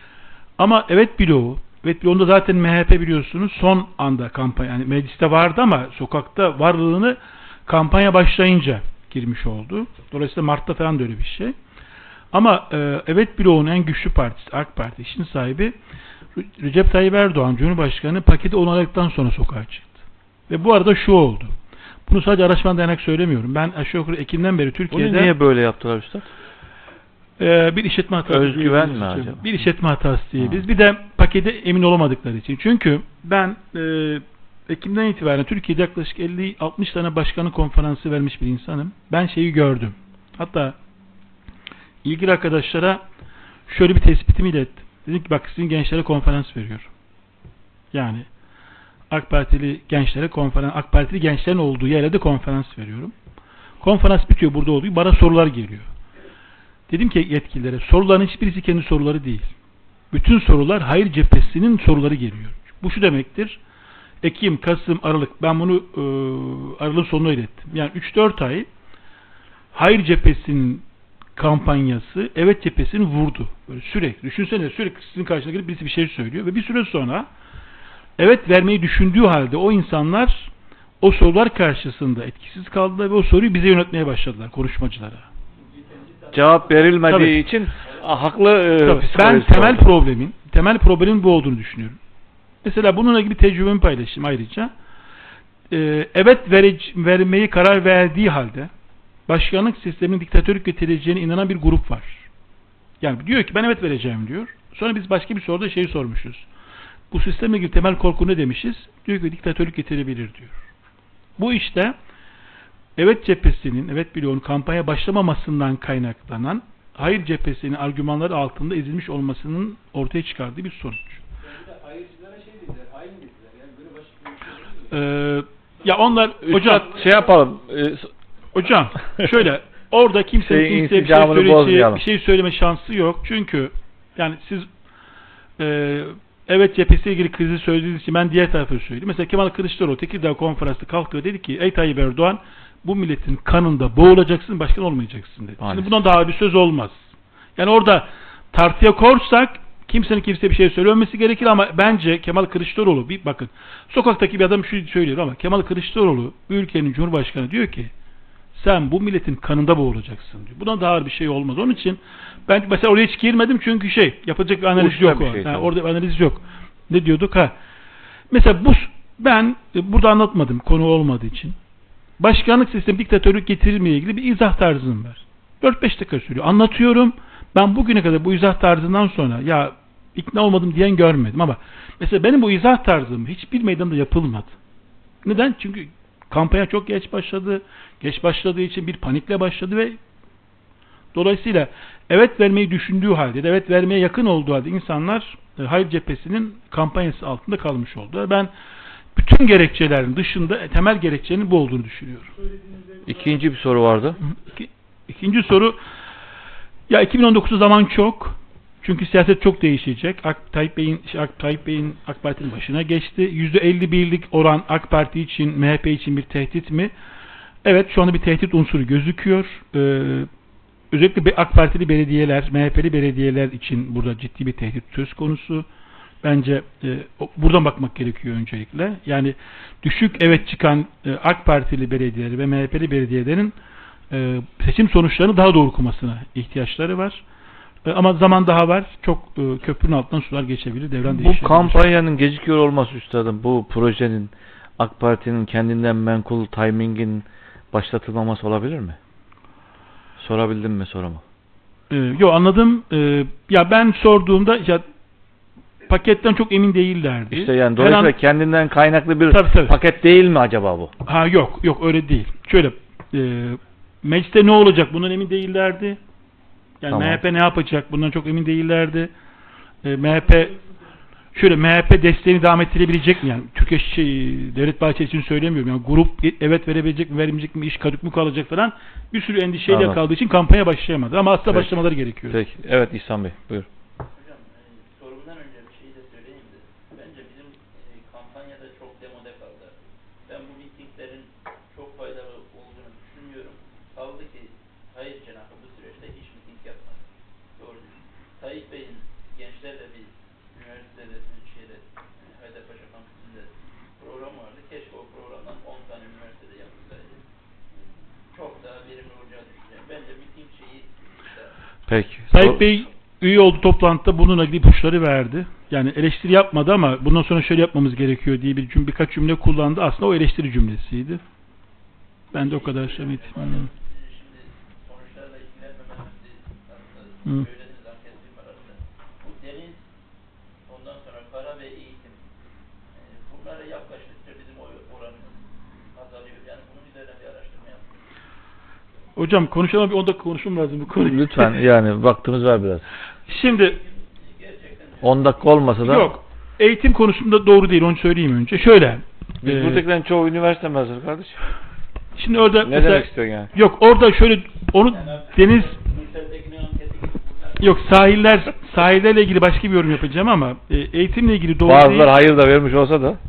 Ama evet bloğu, evet bloğunda zaten M H P biliyorsunuz son anda kampanya, yani mecliste vardı ama sokakta varlığını kampanya başlayınca girmiş oldu. Dolayısıyla Mart'ta falan da öyle bir şey. Ama e, evet bloğunun en güçlü partisi AK Parti, işin sahibi Recep Tayyip Erdoğan Cumhurbaşkanı paketi onayladıktan sonra sokağa çıktı. Ve bu arada şu oldu. Bunu sadece araştırma dayanak söylemiyorum. Ben aşağı yukarı Ekim'den beri Türkiye'de... Bunu niye böyle yaptılar Üstad? Ee, bir işletme hatası. Özgüven mi acaba? Bir işletme hatası diye biz. Bir de pakete emin olamadıkları için. Çünkü ben e, Ekim'den itibaren Türkiye'de yaklaşık elli altmış tane başkanı konferansı vermiş bir insanım. Ben şeyi gördüm. Hatta ilgili arkadaşlara şöyle bir tespitimi ilettim. Dedim ki bak sizin gençlere konferans veriyorum. Yani AK Partili gençlere konferans, AK Partili gençlerin olduğu yere de konferans veriyorum. Konferans bitiyor, burada oluyor. Bana sorular geliyor. Dedim ki yetkililere, soruların hiçbirisi kendi soruları değil. Bütün sorular hayır cephesinin soruları geliyor. Bu şu demektir. Ekim, Kasım, Aralık. Ben bunu e, Aralık sonuna ilettim. Yani üç dört ay hayır cephesinin kampanyası evet cephesini vurdu. Böyle sürekli. Düşünsene sürekli sizin karşınıza gelip birisi bir şey söylüyor ve bir süre sonra evet vermeyi düşündüğü halde o insanlar o sorular karşısında etkisiz kaldılar ve o soruyu bize yönetmeye başladılar, konuşmacılara. Cevap verilmediği Tabii. için a, haklı e, Tabii. Ben psikolojisi temel oldu. problemin temel problemin bu olduğunu düşünüyorum. Mesela bununla ilgili tecrübemi paylaşayım ayrıca. Ee, evet verec, vermeyi karar verdiği halde başkanlık sisteminin diktatörlük getireceğine inanan bir grup var. Yani diyor ki ben evet vereceğim diyor. Sonra biz başka bir soruda şeyi sormuşuz. Bu sistemle ilgili temel korku ne demişiz? Diyor ki diktatörlük getirebilir diyor. Bu işte evet cephesinin, evet bloğunun kampanya başlamamasından kaynaklanan hayır cephesinin argümanları altında ezilmiş olmasının ortaya çıkardığı bir sonuç. Hayırcılara şey dediler, hain dediler. Yani böyle basit bir şey değil mi? Ee, ya onlar Üstad, hocam şey yapalım. E, hocam şöyle orada kimsenin Şeyin kimseye bir şey, insicamını söyleyeceği, bozmayalım. bir şey söyleme şansı yok. Çünkü yani siz e, evet cephesiyle ilgili krizi söylediğiniz için ben diğer tarafı söyleyeyim. Mesela Kemal Kılıçdaroğlu Tekirdağ konferansında kalktı ve dedi ki ey Tayyip Erdoğan bu milletin kanında boğulacaksın, başkan olmayacaksın dedi. Maalesef. Şimdi bundan daha bir söz olmaz. Yani orada tartıya korsak kimsenin kimseye bir şey söylememesi gerekir ama bence Kemal Kılıçdaroğlu bir bakın sokaktaki bir adam şu söylüyor ama Kemal Kılıçdaroğlu bu ülkenin Cumhurbaşkanı diyor ki sen bu milletin kanında boğulacaksın diyor. Buna daha bir şey olmaz. Onun için ben mesela oraya hiç girmedim çünkü şey yapacak bir analiz Uçta yok. bir O. şey, Yani tabii. orada bir analiz yok. Ne diyorduk ha? Mesela bu ben e, burada anlatmadım konu olmadığı için. Başkanlık sistemi diktatörlük getirilmeye ilgili bir izah tarzım var. dört beş dakika sürüyor. Anlatıyorum. Ben bugüne kadar bu izah tarzından sonra ya ikna olmadım diyen görmedim ama mesela benim bu izah tarzım hiçbir meydanda yapılmadı. Neden? Çünkü kampanya çok geç başladı. Geç başladığı için bir panikle başladı ve dolayısıyla evet vermeyi düşündüğü halde, evet vermeye yakın olduğu halde insanlar e, hayır cephesinin kampanyası altında kalmış oldu. Ben bütün gerekçelerin dışında temel gerekçenin bu olduğunu düşünüyorum. İkinci bir soru vardı. İki, ikinci soru ya iki bin on dokuzda zaman çok. Çünkü siyaset çok değişecek. AK Tayyip Bey'in AK Tayyip Bey'in AK Parti'nin başına geçti. yüzde elli birlik oran AK Parti için, M H P için bir tehdit mi? Evet, şu anda bir tehdit unsuru gözüküyor. Ee, özellikle AK Partili belediyeler, M H P'li belediyeler için burada ciddi bir tehdit söz konusu. Bence e, buradan bakmak gerekiyor öncelikle. Yani düşük evet çıkan e, AK Partili belediyeleri ve M H P'li belediyelerin e, seçim sonuçlarını daha doğru okumasına ihtiyaçları var. E, ama zaman daha var. Çok e, köprünün altından sular geçebilir. Devran Bu değişebilir. kampanyanın gecikiyor olması üstadım, bu projenin AK Parti'nin kendinden menkul timingin başlatılmaması olabilir mi? Sorabildim mi sorumu? E, yo anladım. E, ya ben sorduğumda ya paketten çok emin değillerdi. İşte yani Her dolayısıyla an- kendinden kaynaklı bir Tabii, tabii. paket değil mi acaba bu? Ha yok yok öyle değil. Şöyle e, mecliste ne olacak bundan emin değillerdi. Yani Tamam. M H P ne yapacak bundan çok emin değillerdi. E, M H P şöyle M H P desteğini devam ettirebilecek mi? Yani Türkiye şey, Devlet Bahçeli için söylemiyorum. Yani grup evet verebilecek mi, vermeyecek mi, iş kadük mü kalacak falan bir sürü endişeyle Anladım. kaldığı için kampanya başlayamadı. Ama aslında Peki. başlamaları gerekiyor. Peki. Evet İhsan Bey. Buyur. Hocam e, sorumdan önce bir şey de söyleyeyim de bence bizim e, kampanyada çok demode kaldı. Ben bu mitinglerin çok faydalı olduğunu düşünmüyorum. Kaldı ki Tayyip cenahı bu süreçte hiç miting yapmadı. Doğru değil. Tayyip Bey'in gençlerle bir üniversitede şeyde e, Haydarpaşa kampüsünde program vardı. Keşke o programdan on tane üniversitede yapılsaydı. Çok daha verimli olacağı düşünüyorum. Bence miting şeyi işte, Peki. Tayyip Sor- Bey üye olduğu toplantıda bununla ilgili ipuçları verdi. Yani eleştiri yapmadı ama bundan sonra şöyle yapmamız gerekiyor diye bir cümle, birkaç cümle kullandı. Aslında o eleştiri cümlesiydi. Ben de o kadar şey Şimdi sonuçlarla ilgilenmememizi Hı. aslında söylediğiniz anket firmalarında bu deniz, ondan sonra para ve eğitim e, bunlara yaklaştıkça bizim oy oranımız azalıyor. Yani bunun üzerine bir araştırma yaptık. Hocam konuşalım, bir on dakika konuşmam lazım bu konuyu. Lütfen yani vaktimiz var biraz. Şimdi Gerçekten on dakika olmasa da yok. Eğitim konusunda doğru değil, onu söyleyeyim önce. Şöyle. biz e, buradakilerin çoğu üniversite mezunu kardeşim. Şimdi orada Ne mesela demek istiyorsun yani? yok orada şöyle onu deniz Nursel'dekinin anketi gibi bunlar yok sahiller sahillerle ilgili başka bir yorum yapacağım ama e, eğitimle ilgili doğru Bazıları değil. hayır da vermiş olsa da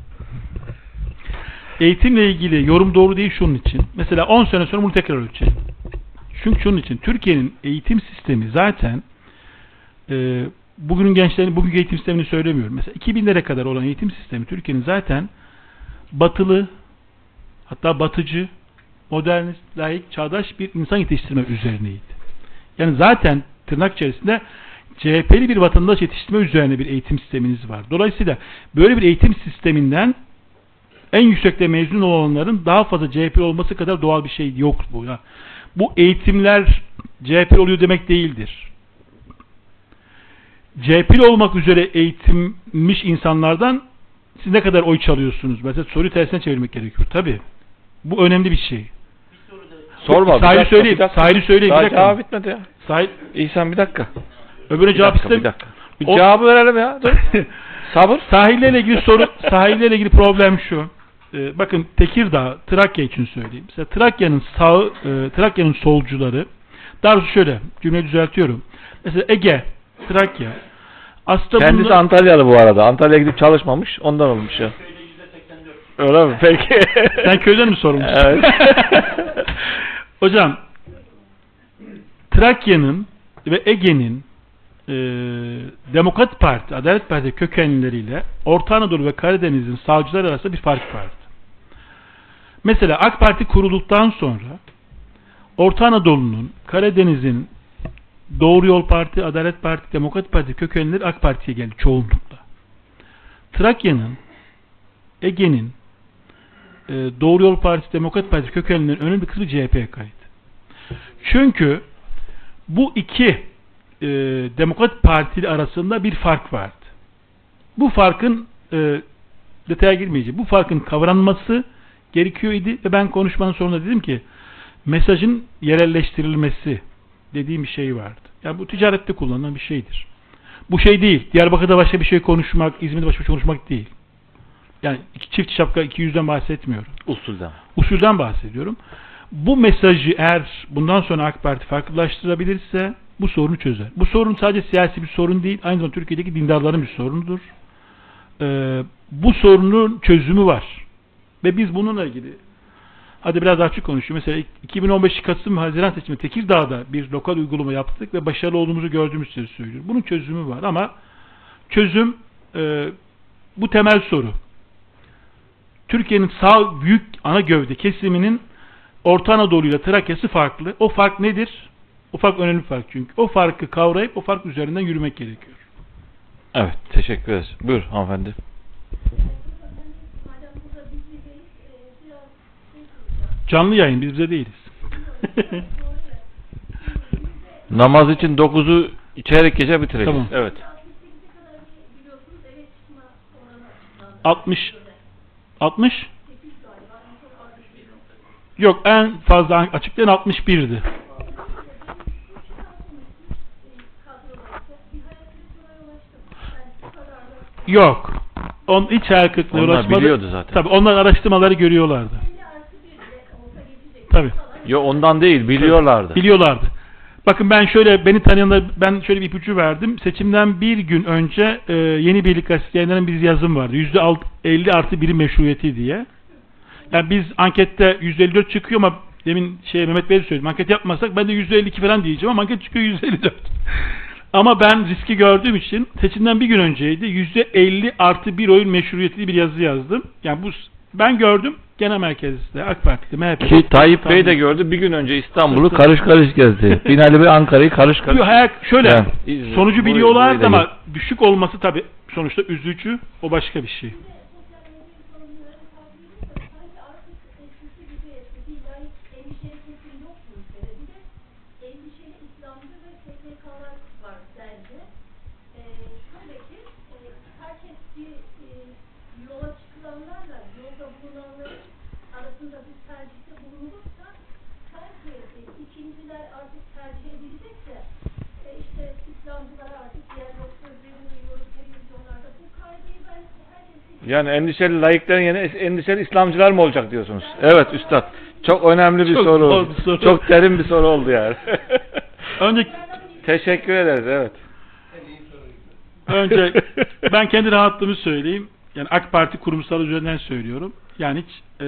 Eğitimle ilgili yorum doğru değil şunun için. Mesela on sene sonra bunu tekrar ölçelim. Çünkü şunun için Türkiye'nin eğitim sistemi zaten e, bugünün gençlerin bugünkü eğitim sistemini söylemiyorum. Mesela iki binlere kadar olan eğitim sistemi Türkiye'nin zaten batılı, hatta batıcı, modernist, layık, çağdaş bir insan yetiştirme üzerineydi. Yani zaten tırnak içerisinde C H P'li bir vatandaş yetiştirme üzerine bir eğitim sisteminiz var. Dolayısıyla böyle bir eğitim sisteminden en yüksekte mezun olanların daha fazla C H P olması kadar doğal bir şey yok bu ya. Bu eğitimler C H P oluyor demek değildir. C H P'li olmak üzere eğitilmiş insanlardan siz ne kadar oy çalıyorsunuz? Mesela soruyu tersine çevirmek gerekiyor. Tabii. Bu önemli bir şey. sorma. bir Sahili dakika, söyleyeyim. bir dakika. Sahili söyleyeyim. Daha Bir dakika. cevap bitmedi ya. Sahil, İhsan bir dakika. öbürüne Bir cevap dakika, istem. bir dakika. Bir O- cevabı verelim ya. Dur. Sabır. Sahillerle ilgili soru, sahillerle ilgili problem şu. Ee, bakın Tekirdağ, Trakya için söyleyeyim. Mesela Trakya'nın sağ, e, Trakya'nın solcuları, daha doğrusu şöyle, cümleyi düzeltiyorum. Mesela Ege, Trakya. Aslında Kendisi bunlar- Antalyalı bu arada. Antalya'ya gidip çalışmamış. Ondan olmuş ya. Öyle mi? Peki. Sen köyden mi sormuşsun? Evet. Hocam, Trakya'nın ve Ege'nin e, Demokrat Parti, Adalet Parti kökenlileriyle Orta Anadolu ve Karadeniz'in sağcılar arasında bir fark vardı. Mesela AK Parti kurulduktan sonra Orta Anadolu'nun, Karadeniz'in Doğru Yol Parti, Adalet Parti, Demokrat Parti kökenlileri AK Parti'ye geldi çoğunlukla. Trakya'nın, Ege'nin e, Doğru Yol Partisi, Demokrat Parti kökenlilerin önemli bir kısmı C H P'ye kaydı. Çünkü bu iki e, Demokrat Partili arasında bir fark vardı. Bu farkın e, detaya girmeyeceğim. Bu farkın kavranması gerekiyor idi ve ben konuşmanın sonunda dedim ki mesajın yerelleştirilmesi dediğim bir şey vardı. Yani bu ticarette kullanılan bir şeydir. Bu şey değil. Diyarbakır'da başka bir şey konuşmak, İzmir'de başka bir şey konuşmak değil. Yani iki çift şapka, iki yüzden bahsetmiyorum. Usulden. Usulden bahsediyorum. Bu mesajı eğer bundan sonra AK Parti farklılaştırabilirse bu sorunu çözer. Bu sorun sadece siyasi bir sorun değil, aynı zamanda Türkiye'deki dindarların bir sorunudur. Ee, bu sorunun çözümü var. Ve biz bununla ilgili hadi biraz açık konuşayım. Mesela iki bin on beş Kasım Haziran seçimi Tekirdağ'da bir lokal uygulama yaptık ve başarılı olduğumuzu gördüğümüz için söylüyorum. Bunun çözümü var ama çözüm e, bu temel soru. Türkiye'nin sağ büyük ana gövde kesiminin Orta Anadolu ile Trakya'sı farklı. O fark nedir? O fark önemli bir fark çünkü. O farkı kavrayıp o fark üzerinden yürümek gerekiyor. Evet. Teşekkür ederiz. Buyur hanımefendi. Canlı yayın, biz bize değiliz. Namaz için dokuzu çeyrek gece bitireceğiz. Tamam. Evet. altmış altmış Yok, en fazla açıklayan altmış birdi. Yok. On, hiç hayal kırıklığına Onlar ulaşmadı. biliyordu zaten. Tabii onlar araştırmaları görüyorlardı. Tabii. Yo, ondan değil, biliyorlardı. Biliyorlardı. Bakın ben şöyle, beni tanıyanlar, ben şöyle bir ipucu verdim. Seçimden bir gün önce e, Yeni Birlik Gazetesi yayınlanan bir yazım vardı. yüzde elli artı biri meşruiyeti diye. Yani biz ankette yüzde elli dört çıkıyor ama demin şey Mehmet Bey söyledi. Anket yapmasak ben de yüzde elli iki falan diyeceğim ama anket çıkıyor yüzde elli dört. Ama ben riski gördüğüm için seçimden bir gün önceydi. yüzde elli artı bir oyun meşruiyetli bir yazı yazdım. Yani bu ben gördüm. Genel merkezde AK Parti'de M H P'de. Ki Tayyip Bey de gördü. Bir gün önce İstanbul'u karış karış gezdi. Binali Bey Ankara'yı karış karış. Yok, hayal, şöyle Yani, İzmir, sonucu burayı- biliyorlardı burayı da ama düşük olması tabii sonuçta üzücü. O başka bir şey. İkinciler artık tercih edilecekse e, işte İslamcılara artık yer yok sözlerini duyuyoruz televizyonlarda. Bu kaygıyı ben herkesin... Yani endişeli laiklerin yerine endişeli İslamcılar mı olacak diyorsunuz? Evet üstad. Çok önemli bir Çok soru. zor bir soru. Çok derin bir soru oldu yani. Önce Teşekkür ederiz. Evet. önce ben kendi rahatlığımı söyleyeyim. Yani AK Parti kurumsal üzerinden söylüyorum. Yani hiç e,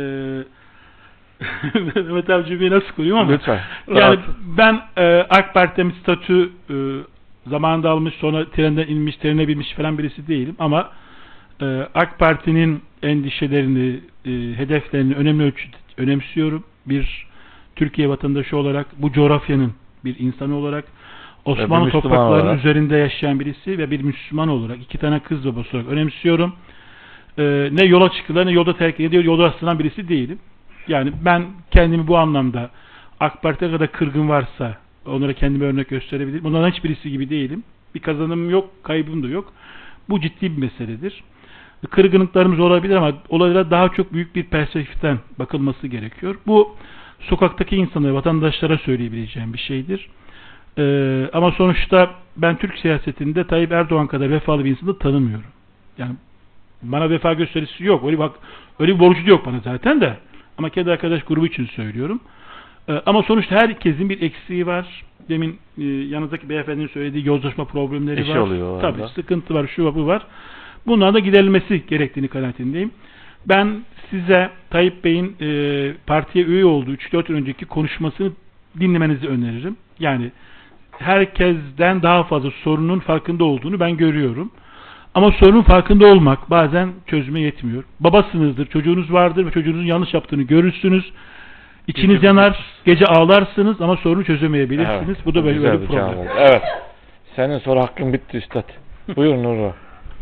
Mehmet abi cümleyi nasıl kurayım ama Lütfen. yani Rahat. ben e, AK Parti'de statü e, zamanında almış sonra trenden inmiş trene binmiş falan birisi değilim ama e, AK Parti'nin endişelerini e, hedeflerini önemli ölçüde önemsiyorum. Bir Türkiye vatandaşı olarak bu coğrafyanın bir insanı olarak Osmanlı Müslüman topraklarının olarak. üzerinde yaşayan birisi ve bir Müslüman olarak iki tane kız babası olarak önemsiyorum. Ee, ne yola çıkılan ne yolda terk ediyor, yolda rastlanan birisi değilim. Yani ben kendimi bu anlamda AK Parti'ye kadar kırgın varsa onlara kendime örnek gösterebilirim. Bunlardan hiçbirisi gibi değilim. Bir kazanımım yok, kaybım da yok. Bu ciddi bir meseledir. Kırgınlıklarımız olabilir ama olaylara daha çok büyük bir perspektiften bakılması gerekiyor. Bu sokaktaki insanlara, vatandaşlara söyleyebileceğim bir şeydir. Ee, ama sonuçta ben Türk siyasetinde Tayyip Erdoğan kadar vefalı bir insanı tanımıyorum. Yani bana vefa gösterisi yok. Öyle bak, öyle bir borcu da yok bana zaten de. Ama kendi arkadaş grubu için söylüyorum. Ee, ama sonuçta herkesin bir eksiği var. Demin e, yanınızdaki beyefendinin söylediği yozlaşma problemleri İşi var. oluyor Tabii orada. sıkıntı var, şu var, bu var. Bunların da giderilmesi gerektiğini kanaatindeyim. Ben size Tayyip Bey'in e, partiye üye olduğu üç dört yıl önceki konuşmasını dinlemenizi öneririm. Yani herkesten daha fazla sorunun farkında olduğunu ben görüyorum. Ama sorunun farkında olmak bazen çözüme yetmiyor. Babasınızdır, çocuğunuz vardır ve çocuğunuzun yanlış yaptığını görürsünüz. İçiniz Gece- yanar, gece ağlarsınız ama sorunu çözemeyebilirsiniz. Evet, Bu da böyle güzel bir bir problem. cevap oldu. Evet. Senin soru hakkın bitti üstad. Buyur Nurra.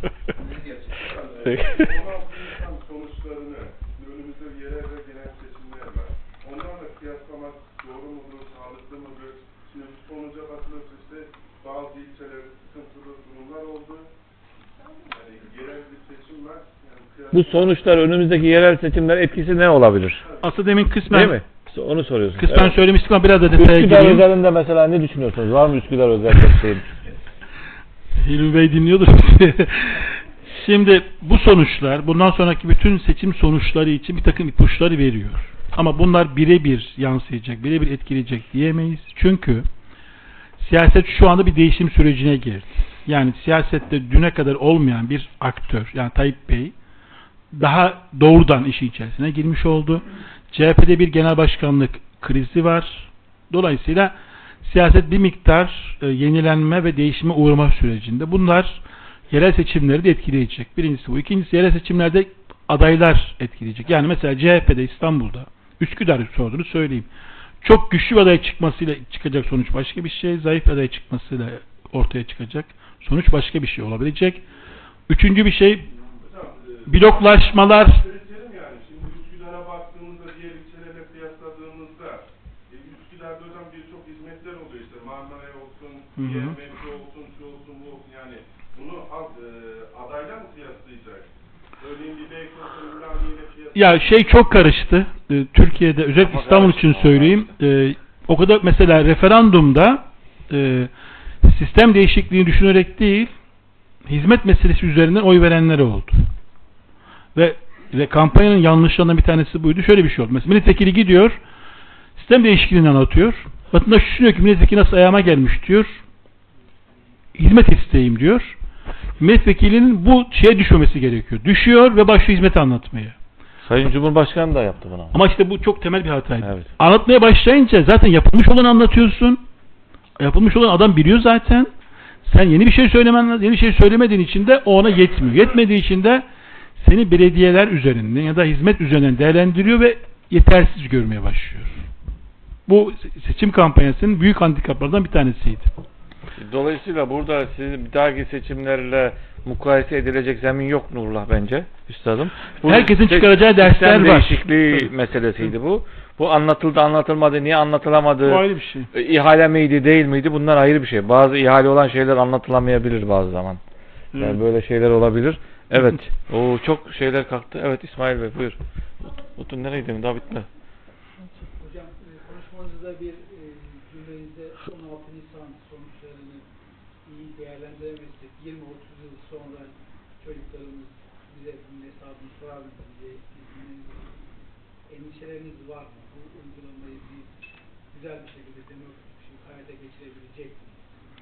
Peki. Nisan sonuçlarını önümüzde yerel ve genel seçimler var. Onlarla kıyaslamak doğru mudur, sağlıklı mıdır? Şimdi bu sonuca bakılırsa işte bazı ilçeler sıkıntılı durumlar oldu. Yani yerel bir seçim var. Yani kıyas- Bu sonuçlar önümüzdeki yerel seçimler etkisi ne olabilir? Aslında demin kısmen, Değil mi? Onu soruyorsun. kısmen Evet. söylemiştim ama biraz da detaya Üsküdar gireyim. özelinde mesela ne düşünüyorsunuz? Var mı Üsküdar özel bir şey? Hilmi Bey dinliyordur. Şimdi bu sonuçlar bundan sonraki bütün seçim sonuçları için bir takım ipuçları veriyor. Ama bunlar birebir yansıyacak, birebir etkileyecek diyemeyiz. Çünkü siyaset şu anda bir değişim sürecine girdi. Yani siyasette düne kadar olmayan bir aktör, yani Tayyip Bey daha doğrudan işin içerisine girmiş oldu. C H P'de bir genel başkanlık krizi var. Dolayısıyla siyaset bir miktar e, yenilenme ve değişime uğrama sürecinde. Bunlar yerel seçimleri de etkileyecek. Birincisi bu. İkincisi yerel seçimlerde adaylar etkileyecek. Yani mesela C H P'de İstanbul'da, Üsküdar'ı sorduğunu söyleyeyim. Çok güçlü bir aday çıkmasıyla çıkacak sonuç başka bir şey. Zayıf bir aday çıkmasıyla ortaya çıkacak sonuç başka bir şey olabilecek. Üçüncü bir şey bloklaşmalar. Söyleyelim yani. Şimdi Üsküdar'a baktığımızda diğer ilçelerle kıyasladığımızda e, Üsküdar'da hocam birçok hizmetler oluyor işte. Marmaray olsun, Hı hı. diğer metro olsun, şu olsun, bu olsun yani. Bunu al- e, adayla mı kıyaslayacak? Örneğin bir belki olsun Ümraniye ile kıyaslayacak. Ya şey çok karıştı. Ee, Türkiye'de özellikle Ama İstanbul karıştı, için ama söyleyeyim. Ee, o kadar mesela referandumda e, sistem değişikliğini düşünerek değil, hizmet meselesi üzerinden oy verenler oldu. Ve ve kampanyanın yanlışlarından bir tanesi buydu. Şöyle bir şey oldu. Mesela milletvekili gidiyor, sistem değişikliğini anlatıyor. Vatandaş düşünüyor ki milletvekili nasıl ayağıma gelmiş diyor. Hizmet isteyeyim diyor. Milletvekilinin bu şeye düşmemesi gerekiyor. Düşüyor ve başlıyor hizmeti anlatmaya. Sayın Cumhurbaşkanı da yaptı bunu. Ama işte bu çok temel bir hataydı. Evet. Anlatmaya başlayınca zaten yapılmış olanı anlatıyorsun. Yapılmış olan adam biliyor zaten. Sen yeni bir şey söylemen lazım. Yeni bir şey söylemediğin için de o ona yetmiyor. Yetmediği için de seni belediyeler üzerinden ya da hizmet üzerinden değerlendiriyor ve yetersiz görmeye başlıyor. Bu seçim kampanyasının büyük handikaplardan bir tanesiydi. Dolayısıyla burada sizin bir dahaki seçimlerle mukayese edilecek zemin yok Nurullah bence üstadım. Bu Herkesin se- çıkaracağı dersler sistem var. değişikliği Tabii. meselesiydi bu. Bu anlatıldı anlatılmadı, niye anlatılamadı, Bu ayrı bir şey. e, ihale miydi değil miydi, bunlar ayrı bir şey. Bazı ihale olan şeyler anlatılamayabilir bazı zaman. Yani Evet. böyle şeyler olabilir. Evet. O çok şeyler kalktı. Evet İsmail Bey buyur. Utun nereye gidiyorsun? Daha bitmedi. Hocam e, konuşmanızda bir e, cümlenizde on altı Nisan sonuçlarını iyi değerlendiremezsek yirmi otuz yıl sonra çocuklarımız bize bunun hesabını sorar mı diye bir endişeleriniz var mı? Bu uygulamayı bir güzel bir şekilde demokratik bir şekilde hayata geçirebilecek mi?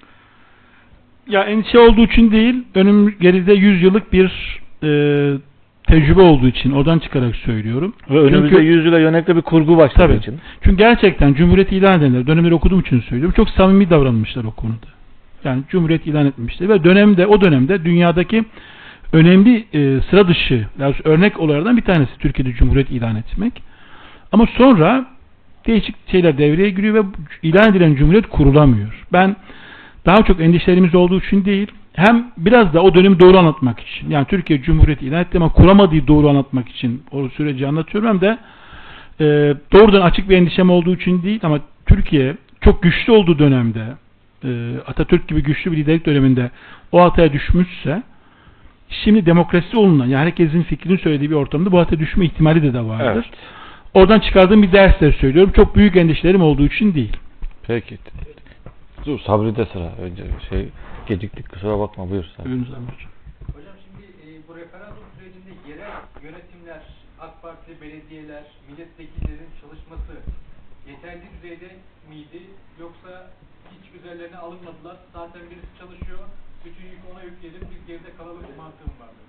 Ya endişe olduğu için değil, önüm geride yüz yıllık bir e, tecrübe olduğu için oradan çıkarak söylüyorum. Ve önümüzde Çünkü- yüz yıla yönelik de bir kurgu başladığı Tabii. için. Çünkü gerçekten Cumhuriyeti ilan edenler, dönemleri okuduğum için söylüyorum, çok samimi davranmışlar o konuda. Yani Cumhuriyet ilan etmişler ve dönemde, o dönemde dünyadaki önemli e, sıra dışı, yani örnek olaylardan bir tanesi Türkiye'de Cumhuriyet ilan etmek. Ama sonra değişik şeyler devreye giriyor ve ilan edilen Cumhuriyet kurulamıyor. Ben daha çok endişelerimiz olduğu için değil, hem biraz da o dönemi doğru anlatmak için, yani Türkiye Cumhuriyeti ilan etti ama kuramadığı doğru anlatmak için o süreci anlatıyorum, hem de e, doğrudan açık bir endişem olduğu için değil, ama Türkiye çok güçlü olduğu dönemde, e, Atatürk gibi güçlü bir liderlik döneminde o hataya düşmüşse, şimdi demokrasi olunan, yani herkesin fikrini söylediği bir ortamda bu hataya düşme ihtimali de, de vardır. Evet. Oradan çıkardığım bir dersler söylüyorum. Çok büyük endişelerim olduğu için değil. Peki. Dur Sabri'de sıra. Önce şey geciktik kusura bakma buyur Sabri. Buyurun Sabri Hocam. Hocam şimdi e, bu referandum sürecinde yerel yönetimler, AK Parti, belediyeler, milletvekillerinin çalışması yeterli düzeyde miydi? Yoksa hiç üzerlerine alınmadılar. Zaten birisi çalışıyor. Bütün yükü ona yükleyelim. Biz geride kalalım mantığım vardı.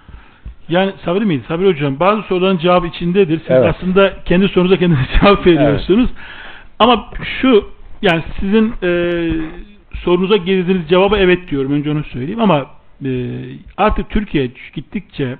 Yani Sabri miydi? Sabri Hocam, bazı soruların cevabı içindedir. Siz Evet. aslında kendi sorunuza kendiniz cevap veriyorsunuz. Ama şu, yani sizin e, sorunuza girdiğiniz cevaba evet diyorum. Önce onu söyleyeyim ama e, artık Türkiye gittikçe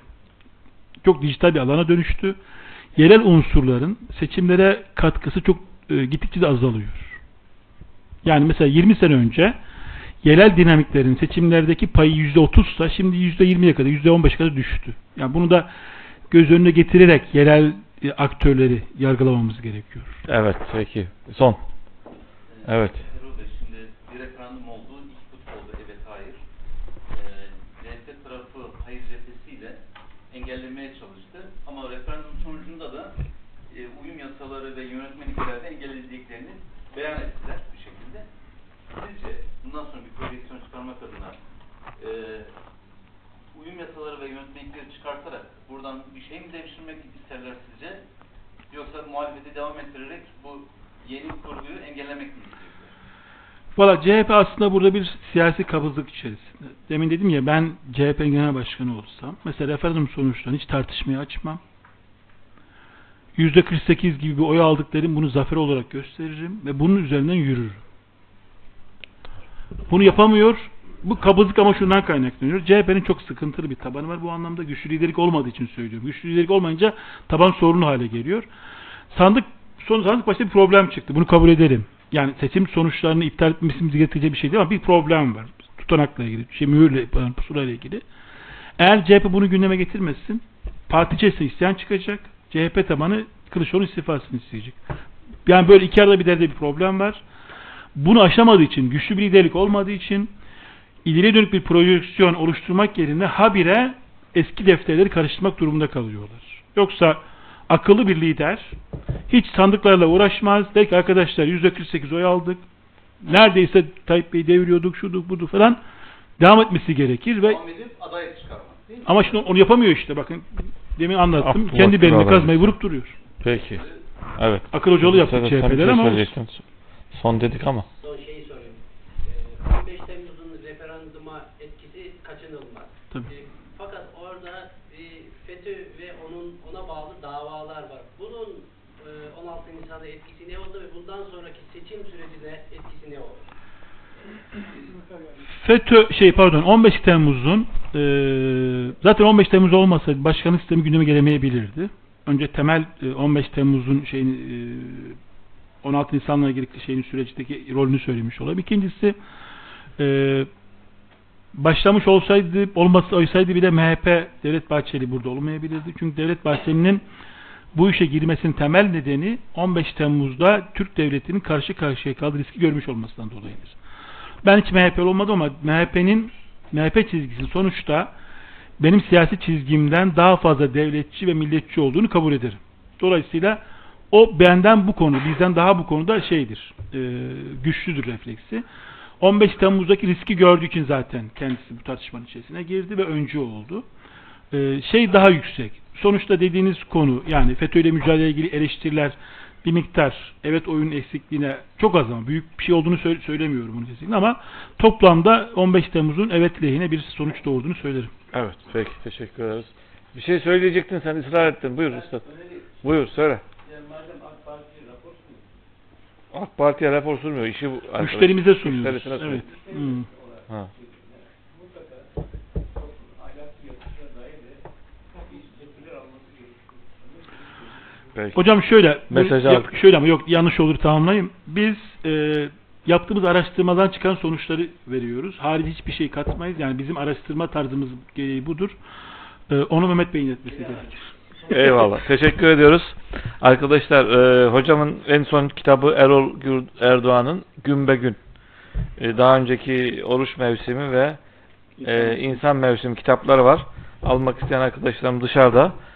çok dijital bir alana dönüştü. Yerel unsurların seçimlere katkısı çok e, gittikçe de azalıyor. Yani mesela yirmi sene önce yerel dinamiklerin seçimlerdeki payı yüzde otuzsa şimdi yüzde yirmiye kadar, yüzde on beşe kadar düştü. Yani bunu da göz önüne getirerek yerel e, aktörleri yargılamamız gerekiyor. Evet peki. Son. Evet. Erol Bey, şimdi bir referandum oldu, iki kutbu oldu, evet hayır. Ee, C H P tarafı hayır cephesiyle engellemeye çalıştı. Ama referandum sonucunda da e, uyum yasaları ve yönetmelikleri engelleyeceklerini beyan ettiler bir şekilde. Sizce bundan sonra bir projeksiyon çıkarmak adına e, uyum yasaları ve yönetmelikleri çıkartarak buradan bir şey mi devşirmek isterler sizce? Yoksa muhalefeti devam ettirerek bu yeni kurguyu engellemek mi isteyecekler? Valla C H P aslında burada bir siyasi kabızlık içerisinde. Demin dedim ya, ben C H P genel başkanı olsam mesela referandum sonuçlarını hiç tartışmaya açmam. yüzde kırk sekiz gibi bir oy aldıklarım, bunu zafer olarak gösteririm ve bunun üzerinden yürürüm. Bunu yapamıyor. Bu kabızlık ama şundan kaynaklanıyor. C H P'nin çok sıkıntılı bir tabanı var bu anlamda. Güçlü liderlik olmadığı için söylüyorum. Güçlü liderlik olmayınca taban sorunlu hale geliyor. Sandık son sandık başta bir problem çıktı. Bunu kabul ederim. Yani seçim sonuçlarını iptal etmemizi getireceği bir şey değil ama bir problem var. Tutanakla ilgili, şey mühürle, pusulayla ilgili. Eğer C H P bunu gündeme getirmezsin, parti içerisinde isyan çıkacak. C H P tabanı Kılıçdaroğlu'nun istifasını isteyecek. Yani böyle iki arada bir derde bir problem var. Bunu aşamadığı için, güçlü bir liderlik olmadığı için ileriye dönük bir projeksiyon oluşturmak yerine habire eski defterleri karıştırmak durumunda kalıyorlar. Yoksa akıllı bir lider hiç sandıklarla uğraşmaz. Der ki arkadaşlar yüzde kırk sekiz oy aldık. Neredeyse Tayyip Bey'i deviriyorduk, şudur budur falan. devam etmesi gerekir ve Devam edip aday çıkarmak. Değil mi? ama şimdi onu yapamıyor işte, bakın demin anlattım. Aklı Kendi vakti beline var kazmayı vurup duruyor. Peki. Evet. Akıl hocalı yaptık Sen- C sen H bir P'ler şey ama söyleyecektin. Son dedik ama. Son şeyi sorayım. Ee, on beş Temmuz'un referanduma etkisi kaçınılmaz. Tabii. Ee, fakat orada e, FETÖ ve onun ona bağlı davalar var. Bunun e, on altı Nisan'da etkisi ne oldu ve bundan sonraki seçim sürecinde etkisi ne olur? FETÖ şey pardon on beş Temmuz'un e, zaten on beş Temmuz olmasaydı başkanlık sistemi gündeme gelemeyebilirdi. Önce temel e, on beş Temmuz'un şeyini e, on altı Nisan'la ilgili şeyin süreçteki rolünü söylemiş olayım. İkincisi e, başlamış olsaydı olması olsaydı bile M H P Devlet Bahçeli burada olmayabilirdi. Çünkü Devlet Bahçeli'nin bu işe girmesinin temel nedeni on beş Temmuz'da Türk Devleti'nin karşı karşıya kaldığı riski görmüş olmasından dolayıdır. Ben hiç M H P'li olmadım ama M H P'nin M H P çizgisi sonuçta benim siyasi çizgimden daha fazla devletçi ve milletçi olduğunu kabul ederim. Dolayısıyla o benden bu konu, bizden daha bu konuda şeydir, e, güçlüdür refleksi. on beş Temmuz'daki riski gördüğü için zaten kendisi bu tartışmanın içerisine girdi ve öncü oldu. E, şey daha yüksek. Sonuçta dediğiniz konu, yani FETÖ ile mücadele ilgili eleştiriler bir miktar, evet oyunun eksikliğine çok az ama büyük bir şey olduğunu söyle, söylemiyorum bunun kesinlikle, ama toplamda on beş Temmuz'un evet lehine bir sonuç doğurduğunu söylerim. Evet. Peki. Teşekkür ederiz. Bir şey söyleyecektin, sen ısrar ettin. Buyur Üstad. Buyur söyle. Yani madem AK Parti rapor sunuyor, AK Parti'ye rapor sunmuyor. İşi bu. arkadaş. Müşterimize sunuyoruz. Müşterisine sunuyor. Evet. Hmm. Ha. mutlaka toplumun ahlaki yapısına dair de bir tedbirler alması gerekiyor. Peki. Hocam şöyle, Mesajı bu- aldık. şöyle ama yok yanlış olur tamamlayayım. Biz e, yaptığımız araştırmadan çıkan sonuçları veriyoruz. Harici hiçbir şey katmayız. Yani bizim araştırma tarzımız gereği budur. E, onu Mehmet Bey'in etmesi gerekir. Eyvallah. Teşekkür ediyoruz. Arkadaşlar e, hocamın en son kitabı Erol Gür- Erdoğan'ın Gün be Gün. E, daha önceki oruç mevsimi ve e, insan mevsimi kitapları var. Almak isteyen arkadaşlarım dışarıda.